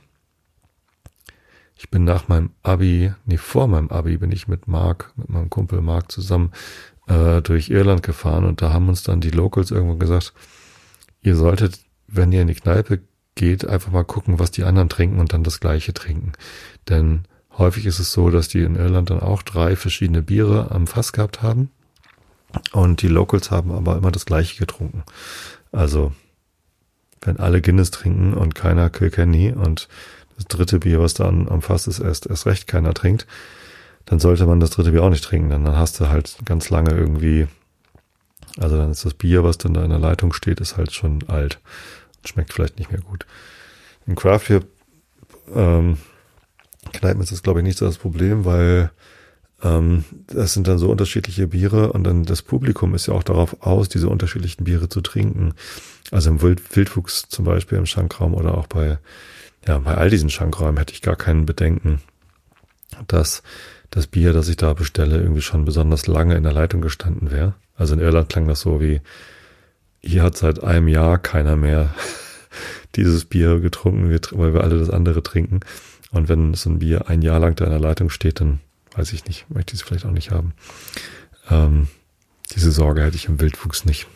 ich bin nach meinem Abi, nee, vor meinem Abi bin ich mit Marc, mit meinem Kumpel Marc zusammen äh, durch Irland gefahren, und da haben uns dann die Locals irgendwo gesagt, ihr solltet, wenn ihr in die Kneipe geht, einfach mal gucken, was die anderen trinken und dann das Gleiche trinken. Denn häufig ist es so, dass die in Irland dann auch drei verschiedene Biere am Fass gehabt haben, und die Locals haben aber immer das Gleiche getrunken. Also wenn alle Guinness trinken und keiner Kilkenny und das dritte Bier, was da am Fass ist, erst, erst recht keiner trinkt, dann sollte man das dritte Bier auch nicht trinken, denn dann hast du halt ganz lange irgendwie, also dann ist das Bier, was dann da in der Leitung steht, ist halt schon alt und schmeckt vielleicht nicht mehr gut. In Craft Beer ähm, Kneipen ist das, glaube ich, nicht so das Problem, weil ähm, das sind dann so unterschiedliche Biere, und dann das Publikum ist ja auch darauf aus, diese unterschiedlichen Biere zu trinken. Also im Wild, Wildwuchs zum Beispiel im Schankraum oder auch bei, ja, bei all diesen Schankräumen hätte ich gar keinen Bedenken, dass das Bier, das ich da bestelle, irgendwie schon besonders lange in der Leitung gestanden wäre. Also in Irland klang das so wie, hier hat seit einem Jahr keiner mehr dieses Bier getrunken, weil wir alle das andere trinken. Und wenn so ein Bier ein Jahr lang da in der Leitung steht, dann weiß ich nicht, möchte ich es vielleicht auch nicht haben. Ähm, diese Sorge hätte ich im Wildwuchs nicht.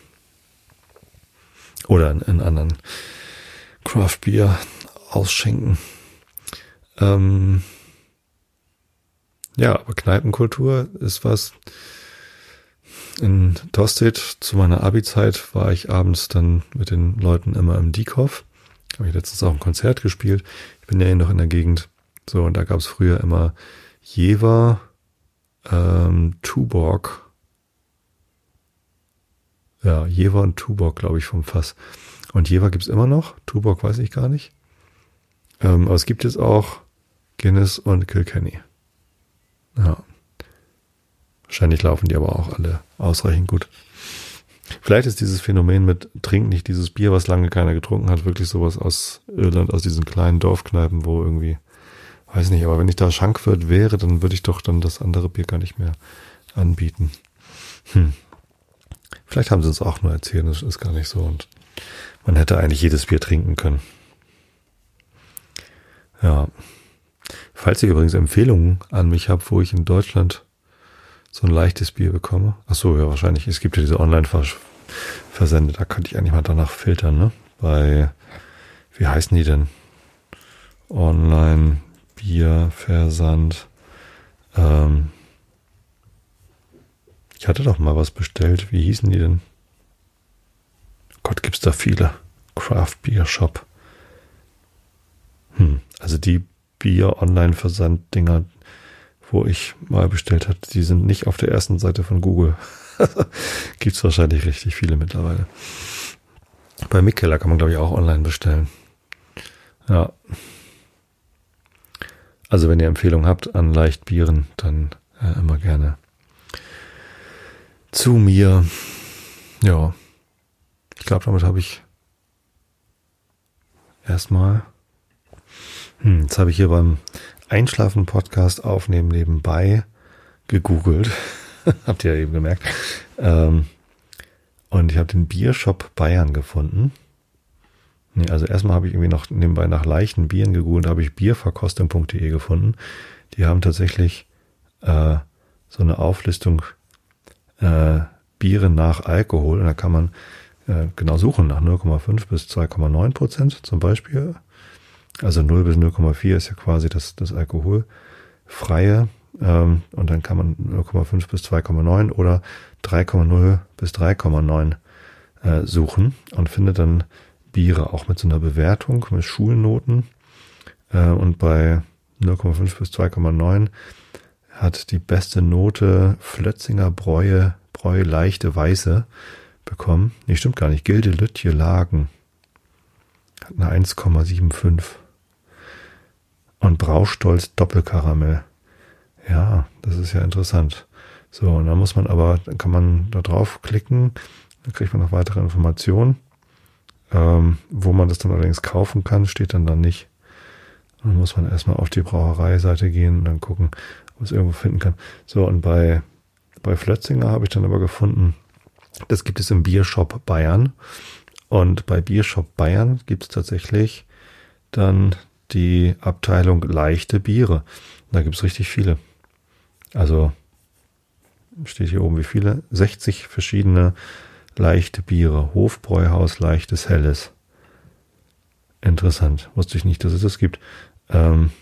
Oder in, in anderen Craft-Bier ausschenken. Ähm, ja, aber Kneipenkultur ist was. In Tostedt zu meiner Abi-Zeit war ich abends dann mit den Leuten immer im Dieckhoff. Habe ich letztens auch ein Konzert gespielt. Ich bin ja hier noch in der Gegend. So, und da gab es früher immer Jever, ähm, Tuborg. Ja, Jever und Tuborg, glaube ich, vom Fass. Und Jever gibt's immer noch. Tuborg weiß ich gar nicht. Ähm, aber es gibt jetzt auch Guinness und Kilkenny. Ja. Wahrscheinlich laufen die aber auch alle ausreichend gut. Vielleicht ist dieses Phänomen mit trink nicht dieses Bier, was lange keiner getrunken hat, wirklich sowas aus Irland, aus diesen kleinen Dorfkneipen, wo irgendwie, weiß nicht, aber wenn ich da Schankwirt wäre, dann würde ich doch dann das andere Bier gar nicht mehr anbieten. Hm. Vielleicht haben sie uns auch nur erzählt, das ist gar nicht so und man hätte eigentlich jedes Bier trinken können. Ja. Falls ihr übrigens Empfehlungen an mich habt, wo ich in Deutschland so ein leichtes Bier bekomme. Ach so, ja, wahrscheinlich. Es gibt ja diese Online-Versende, da könnte ich eigentlich mal danach filtern, ne? Bei, wie heißen die denn? Online-Bierversand. Ähm, ich hatte doch mal was bestellt. Wie hießen die denn? Gott, gibt's da viele. Craft Beer Shop. Hm, also die Bier-Online-Versand-Dinger, wo ich mal bestellt hatte, die sind nicht auf der ersten Seite von Google. Gibt's wahrscheinlich richtig viele mittlerweile. Bei Mikkeller kann man, glaube ich, auch online bestellen. Ja. Also wenn ihr Empfehlungen habt an Leichtbieren, dann äh, immer gerne zu mir. Ja. Ich glaube, damit habe ich erstmal hm, jetzt habe ich hier beim Einschlafen-Podcast aufnehmen nebenbei gegoogelt. Habt ihr ja eben gemerkt. Ähm, und ich habe den Biershop Bayern gefunden. Nee, also erstmal habe ich irgendwie noch nebenbei nach leichten Bieren gegoogelt, habe ich bierverkostung punkt de gefunden. Die haben tatsächlich äh, so eine Auflistung äh, Biere nach Alkohol. Und da kann man äh, genau suchen nach null Komma fünf bis zwei Komma neun Prozent zum Beispiel. Also null bis null Komma vier ist ja quasi das, das Alkoholfreie. Ähm, und dann kann man null Komma fünf bis zwei Komma neun oder drei Komma null bis drei Komma neun äh, suchen und findet dann Biere auch mit so einer Bewertung, mit Schulnoten. Äh, und bei null Komma fünf bis zwei Komma neun hat die beste Note Flötzinger Bräue, Bräu leichte Weiße bekommen. Nee, stimmt gar nicht. Gilde Lütje Lagen hat eine eins Komma fünfundsiebzig. Und Braustolz Doppelkaramell. Ja, das ist ja interessant. So, und dann muss man aber, dann kann man da drauf klicken, dann kriegt man noch weitere Informationen. Ähm, wo man das dann allerdings kaufen kann, steht dann da nicht. Dann muss man erstmal auf die Brauereiseite gehen und dann gucken, ob man es irgendwo finden kann. So, und bei, bei Flötzinger habe ich dann aber gefunden, das gibt es im Biershop Bayern. Und bei Biershop Bayern gibt es tatsächlich dann die Abteilung leichte Biere. Da gibt es richtig viele. Also steht hier oben wie viele? sechzig verschiedene leichte Biere. Hofbräuhaus leichtes Helles. Interessant. Wusste ich nicht, dass es das gibt. Ähm,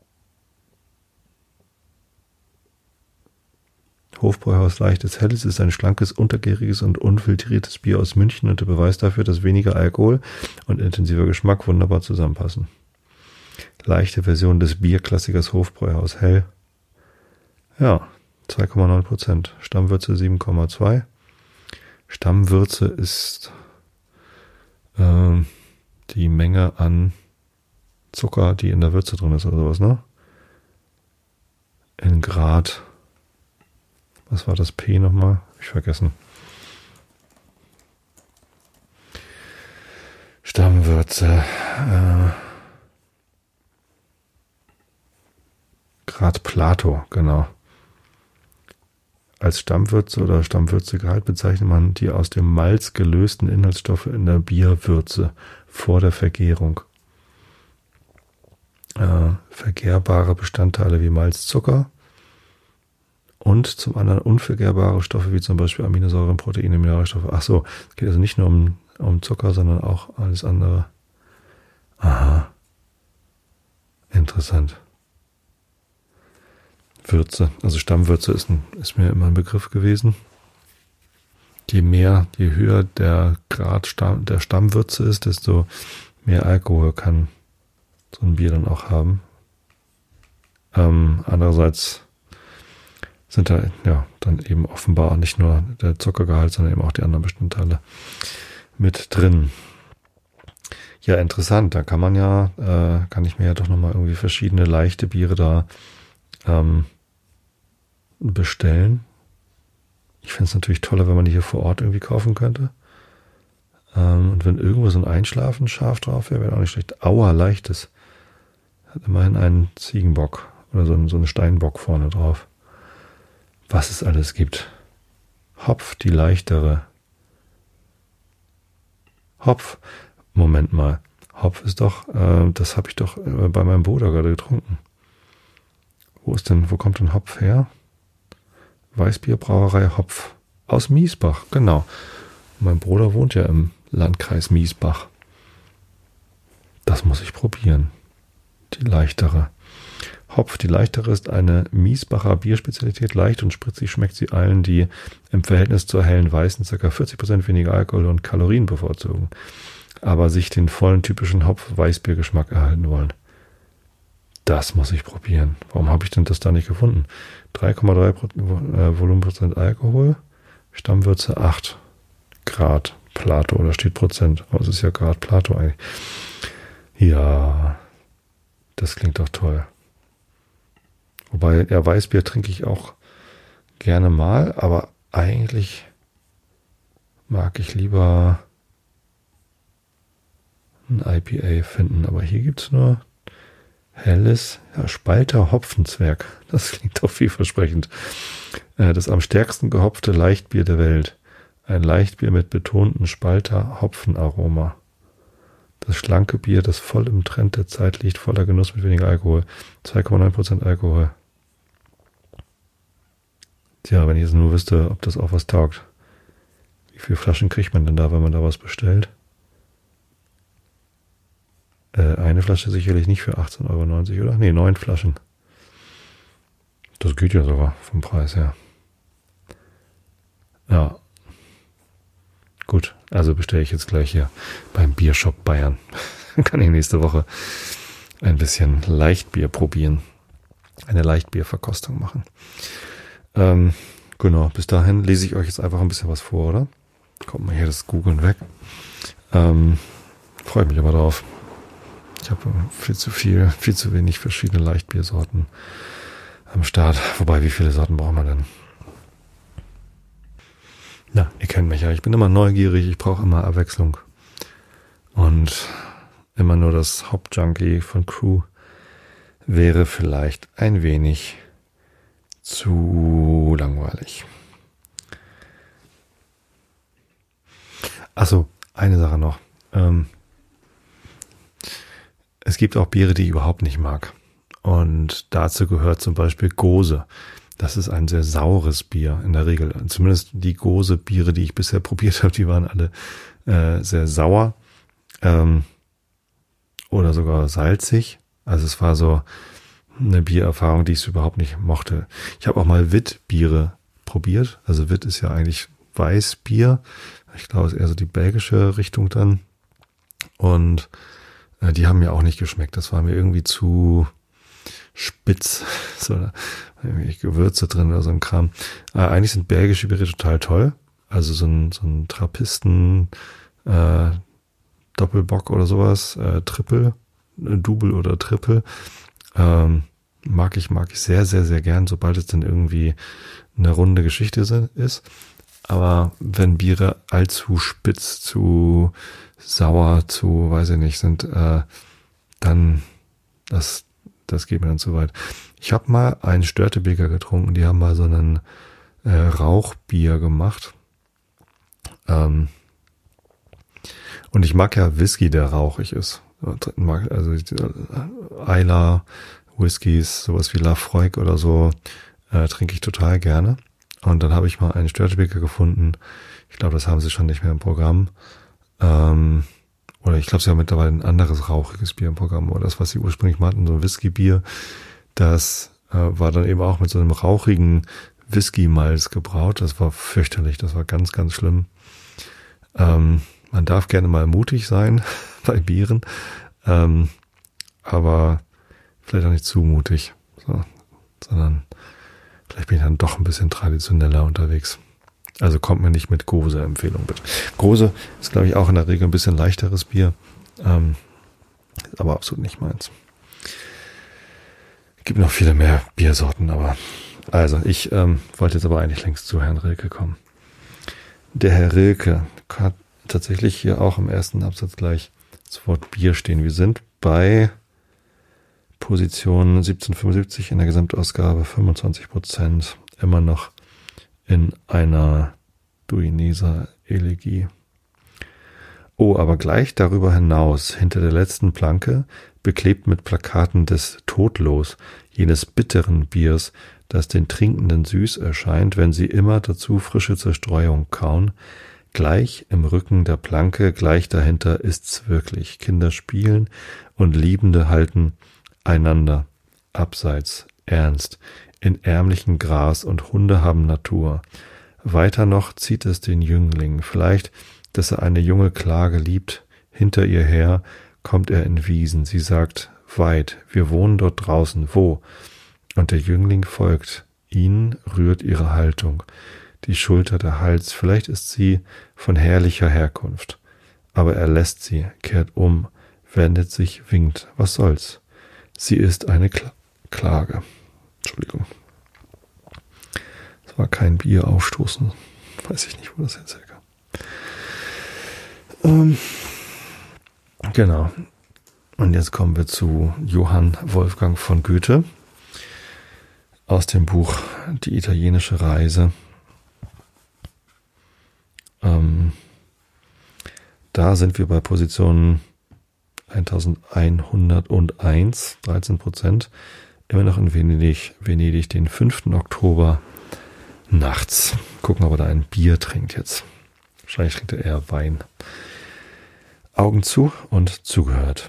Hofbräuhaus leichtes Helles ist ein schlankes, untergäriges und unfiltriertes Bier aus München und der Beweis dafür, dass weniger Alkohol und intensiver Geschmack wunderbar zusammenpassen. Leichte Version des Bierklassikers Hofbräuhaus Hell. Ja, zwei Komma neun Prozent. Stammwürze sieben Komma zwei. Stammwürze ist ähm, die Menge an Zucker, die in der Würze drin ist oder sowas, ne? In Grad. Was war das P nochmal? Hab ich vergessen. Stammwürze. Äh, Grad Plato, genau. Als Stammwürze oder Stammwürzegehalt bezeichnet man die aus dem Malz gelösten Inhaltsstoffe in der Bierwürze vor der Vergärung. Äh, vergärbare Bestandteile wie Malzzucker und zum anderen unvergärbare Stoffe wie zum Beispiel Aminosäuren, Proteine, Mineralstoffe. Ach so, es geht also nicht nur um, um Zucker, sondern auch alles andere. Aha. Interessant. Würze, also Stammwürze ist, ein, ist mir immer ein Begriff gewesen. Je mehr, je höher der Grad Stamm, der Stammwürze ist, desto mehr Alkohol kann so ein Bier dann auch haben. Ähm, andererseits sind da ja dann eben offenbar nicht nur der Zuckergehalt, sondern eben auch die anderen Bestandteile mit drin. Ja, interessant. Da kann man ja, äh, kann ich mir ja doch nochmal irgendwie verschiedene leichte Biere da ähm, bestellen. Ich finde es natürlich toller, wenn man die hier vor Ort irgendwie kaufen könnte. Ähm, und wenn irgendwo so ein Einschlafen scharf drauf wäre, wäre auch nicht schlecht. Aua, leichtes. Hat immerhin einen Ziegenbock oder so einen, so einen Steinbock vorne drauf. Was es alles gibt. Hopf, die leichtere. Hopf, Moment mal. Hopf ist doch, äh, das habe ich doch äh, bei meinem Bruder gerade getrunken. Wo ist denn, wo kommt denn Hopf her? Weißbierbrauerei Hopf. Aus Miesbach, genau. Mein Bruder wohnt ja im Landkreis Miesbach. Das muss ich probieren. Die leichtere. Hopf, die leichtere ist eine Miesbacher Bierspezialität. Leicht und spritzig schmeckt sie allen, die im Verhältnis zur hellen Weißen ca. vierzig Prozent weniger Alkohol und Kalorien bevorzugen, aber sich den vollen typischen Hopf-Weißbiergeschmack erhalten wollen. Das muss ich probieren. Warum habe ich denn das da nicht gefunden? drei Komma drei Volumenprozent Alkohol, Stammwürze acht Grad Plato, oder steht Prozent, aber es ist ja Grad Plato eigentlich. Ja, das klingt doch toll. Wobei, ja, Weißbier trinke ich auch gerne mal, aber eigentlich mag ich lieber ein I P A finden. Aber hier gibt es nur helles, ja, Spalter Hopfenzwerg. Das klingt doch vielversprechend. Das am stärksten gehopfte Leichtbier der Welt. Ein Leichtbier mit betonten Spalter Hopfenaroma. Das schlanke Bier, das voll im Trend der Zeit liegt, voller Genuss mit weniger Alkohol. zwei Komma neun Prozent Alkohol. Tja, wenn ich jetzt nur wüsste, ob das auch was taugt. Wie viele Flaschen kriegt man denn da, wenn man da was bestellt? Äh, eine Flasche sicherlich nicht für achtzehn Euro neunzig, oder? Nee, neun Flaschen. Das geht ja sogar vom Preis her. Ja. Gut, also bestelle ich jetzt gleich hier beim Biershop Bayern. Dann kann ich nächste Woche ein bisschen Leichtbier probieren. Eine Leichtbierverkostung machen. Ähm, genau, bis dahin lese ich euch jetzt einfach ein bisschen was vor, oder? Kommt mal hier das Googlen weg. Ähm, freue mich aber drauf. Ich habe viel zu viel, viel zu wenig verschiedene Leichtbiersorten am Start. Wobei, wie viele Sorten braucht man denn? Na, ihr kennt mich ja. Ich bin immer neugierig. Ich brauche immer Abwechslung. Und immer nur das Hauptjunkie von Crew wäre vielleicht ein wenig zu langweilig. Achso, eine Sache noch. Ähm, es gibt auch Biere, die ich überhaupt nicht mag. Und dazu gehört zum Beispiel Gose. Das ist ein sehr saures Bier in der Regel. Zumindest die Gose-Biere, die ich bisher probiert habe, die waren alle äh, sehr sauer ähm, oder sogar salzig. Also es war so eine Biererfahrung, die ich überhaupt nicht mochte. Ich habe auch mal Wit-Biere probiert. Also Wit ist ja eigentlich Weißbier. Ich glaube, es ist eher so die belgische Richtung dann. Und äh, die haben mir auch nicht geschmeckt. Das war mir irgendwie zu spitz. So irgendwie Gewürze drin oder so ein Kram. Äh, eigentlich sind belgische Biere total toll. Also so ein, so ein Trappisten äh, Doppelbock oder sowas. Äh, Triple, äh, Double oder Triple. Ähm, mag ich, mag ich sehr, sehr, sehr gern, sobald es dann irgendwie eine runde Geschichte ist. Aber wenn Biere allzu spitz, zu sauer, zu, weiß ich nicht, sind, äh, dann, das, das geht mir dann zu weit. Ich habe mal einen Störtebeker getrunken, die haben mal so einen äh, Rauchbier gemacht. Ähm, und ich mag ja Whisky, der rauchig ist. Also Islay, Whiskys, sowas wie Lafroig oder so, äh, trinke ich total gerne. Und dann habe ich mal einen Störtebeker gefunden. Ich glaube, das haben sie schon nicht mehr im Programm. Ähm, oder ich glaube, sie haben mittlerweile ein anderes rauchiges Bier im Programm. Oder das, was sie ursprünglich mal hatten, so ein Whisky-Bier. Das äh, war dann eben auch mit so einem rauchigen Whisky-Malz gebraut. Das war fürchterlich. Das war ganz, ganz schlimm. Ähm, man darf gerne mal mutig sein bei Bieren. Ähm, aber vielleicht auch nicht zu mutig. So, sondern vielleicht bin ich dann doch ein bisschen traditioneller unterwegs. Also kommt mir nicht mit Gose-Empfehlung, bitte. Gose ist, glaube ich, auch in der Regel ein bisschen leichteres Bier. Ähm, ist aber absolut nicht meins. Es gibt noch viele mehr Biersorten, aber Also ich ähm, wollte jetzt aber eigentlich längst zu Herrn Rilke kommen. Der Herr Rilke hat tatsächlich hier auch im ersten Absatz gleich das Wort Bier stehen. Wir sind bei Position siebzehnhundertfünfundsiebzig in der Gesamtausgabe, fünfundzwanzig Prozent, immer noch in einer Duineser Elegie. Oh, aber gleich darüber hinaus, hinter der letzten Planke, beklebt mit Plakaten des Todlos, jenes bitteren Biers, das den Trinkenden süß erscheint, wenn sie immer dazu frische Zerstreuung kauen, gleich im Rücken der Planke, gleich dahinter ist's wirklich. Kinder spielen und Liebende halten einander abseits ernst, in ärmlichem Gras und Hunde haben Natur. Weiter noch zieht es den Jüngling, vielleicht, dass er eine junge Klage liebt, hinter ihr her kommt er in Wiesen, sie sagt, weit, wir wohnen dort draußen, wo? Und der Jüngling folgt, ihn rührt ihre Haltung, die Schulter, der Hals, vielleicht ist sie von herrlicher Herkunft, aber er lässt sie, kehrt um, wendet sich, winkt, was soll's? Sie ist eine Kla- Klage. Entschuldigung. Es war kein Bier aufstoßen. Weiß ich nicht, wo das jetzt herkam. Ähm, genau. Und jetzt kommen wir zu Johann Wolfgang von Goethe aus dem Buch Die italienische Reise. Ähm, da sind wir bei Position elfhunderteins, dreizehn Prozent, immer noch in Venedig, Venedig, den fünften Oktober nachts. Gucken, ob er da ein Bier trinkt jetzt. Wahrscheinlich trinkt er eher Wein. Augen zu und zugehört.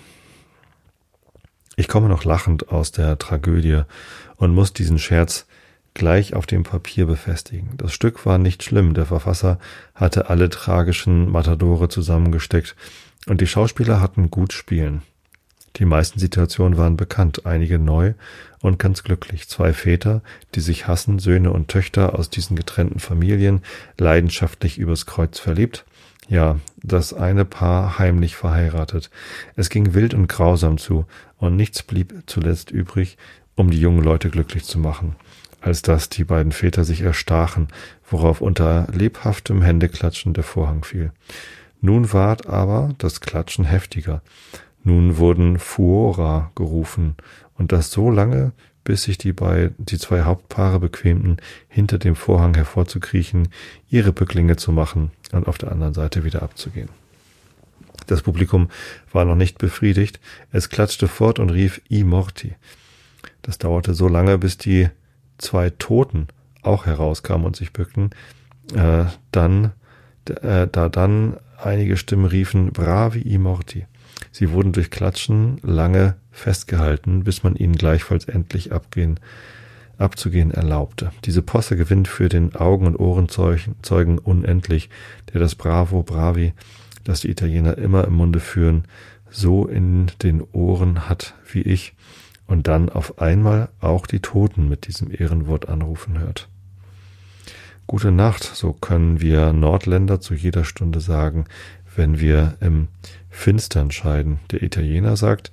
Ich komme noch lachend aus der Tragödie und muss diesen Scherz gleich auf dem Papier befestigen. Das Stück war nicht schlimm. Der Verfasser hatte alle tragischen Matadore zusammengesteckt und die Schauspieler hatten gut spielen. Die meisten Situationen waren bekannt, einige neu und ganz glücklich. Zwei Väter, die sich hassen, Söhne und Töchter aus diesen getrennten Familien, leidenschaftlich übers Kreuz verliebt. Ja, das eine Paar heimlich verheiratet. Es ging wild und grausam zu und nichts blieb zuletzt übrig, um die jungen Leute glücklich zu machen, als dass die beiden Väter sich erstachen, worauf unter lebhaftem Händeklatschen der Vorhang fiel. Nun ward aber das Klatschen heftiger. Nun wurden Fuora gerufen und das so lange, bis sich die, bei, die zwei Hauptpaare bequemten, hinter dem Vorhang hervorzukriechen, ihre Bücklinge zu machen und auf der anderen Seite wieder abzugehen. Das Publikum war noch nicht befriedigt, es klatschte fort und rief I morti. Das dauerte so lange, bis die zwei Toten auch herauskamen und sich bückten, äh, dann, äh, da dann einige Stimmen riefen Bravi I morti. Sie wurden durch Klatschen lange festgehalten, bis man ihnen gleichfalls endlich abgehen, abzugehen erlaubte. Diese Posse gewinnt für den Augen- und Ohrenzeugen unendlich, der das Bravo, Bravi, das die Italiener immer im Munde führen, so in den Ohren hat wie ich und dann auf einmal auch die Toten mit diesem Ehrenwort anrufen hört. Gute Nacht, so können wir Nordländer zu jeder Stunde sagen, wenn wir im Finstern scheiden. Der Italiener sagt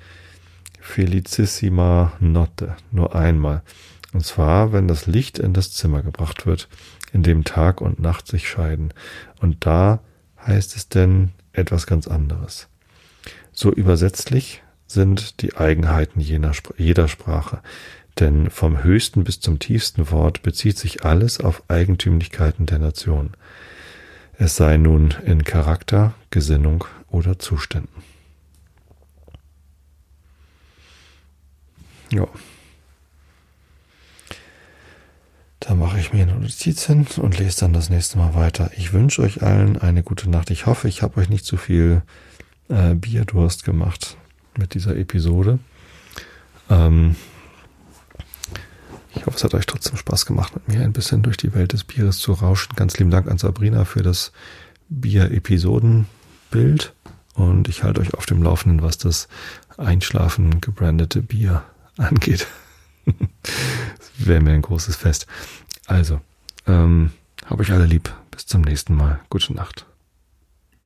Felicissima notte, nur einmal. Und zwar, wenn das Licht in das Zimmer gebracht wird, in dem Tag und Nacht sich scheiden. Und da heißt es denn etwas ganz anderes. So übersetzlich sind die Eigenheiten jener, jeder Sprache. Denn vom höchsten bis zum tiefsten Wort bezieht sich alles auf Eigentümlichkeiten der Nation. Es sei nun in Charakter, Gesinnung oder Zuständen. Ja. Da mache ich mir eine Notiz hin und lese dann das nächste Mal weiter. Ich wünsche euch allen eine gute Nacht. Ich hoffe, ich habe euch nicht zu viel äh, Bierdurst gemacht mit dieser Episode. Ähm, ich hoffe, es hat euch trotzdem Spaß gemacht, mit mir ein bisschen durch die Welt des Bieres zu rauschen. Ganz lieben Dank an Sabrina für das Bier-Episodenbild. Und ich halte euch auf dem Laufenden, was das Einschlafen gebrandete Bier angeht. Das wäre mir ein großes Fest. Also, ähm, hab euch alle lieb. Bis zum nächsten Mal. Gute Nacht.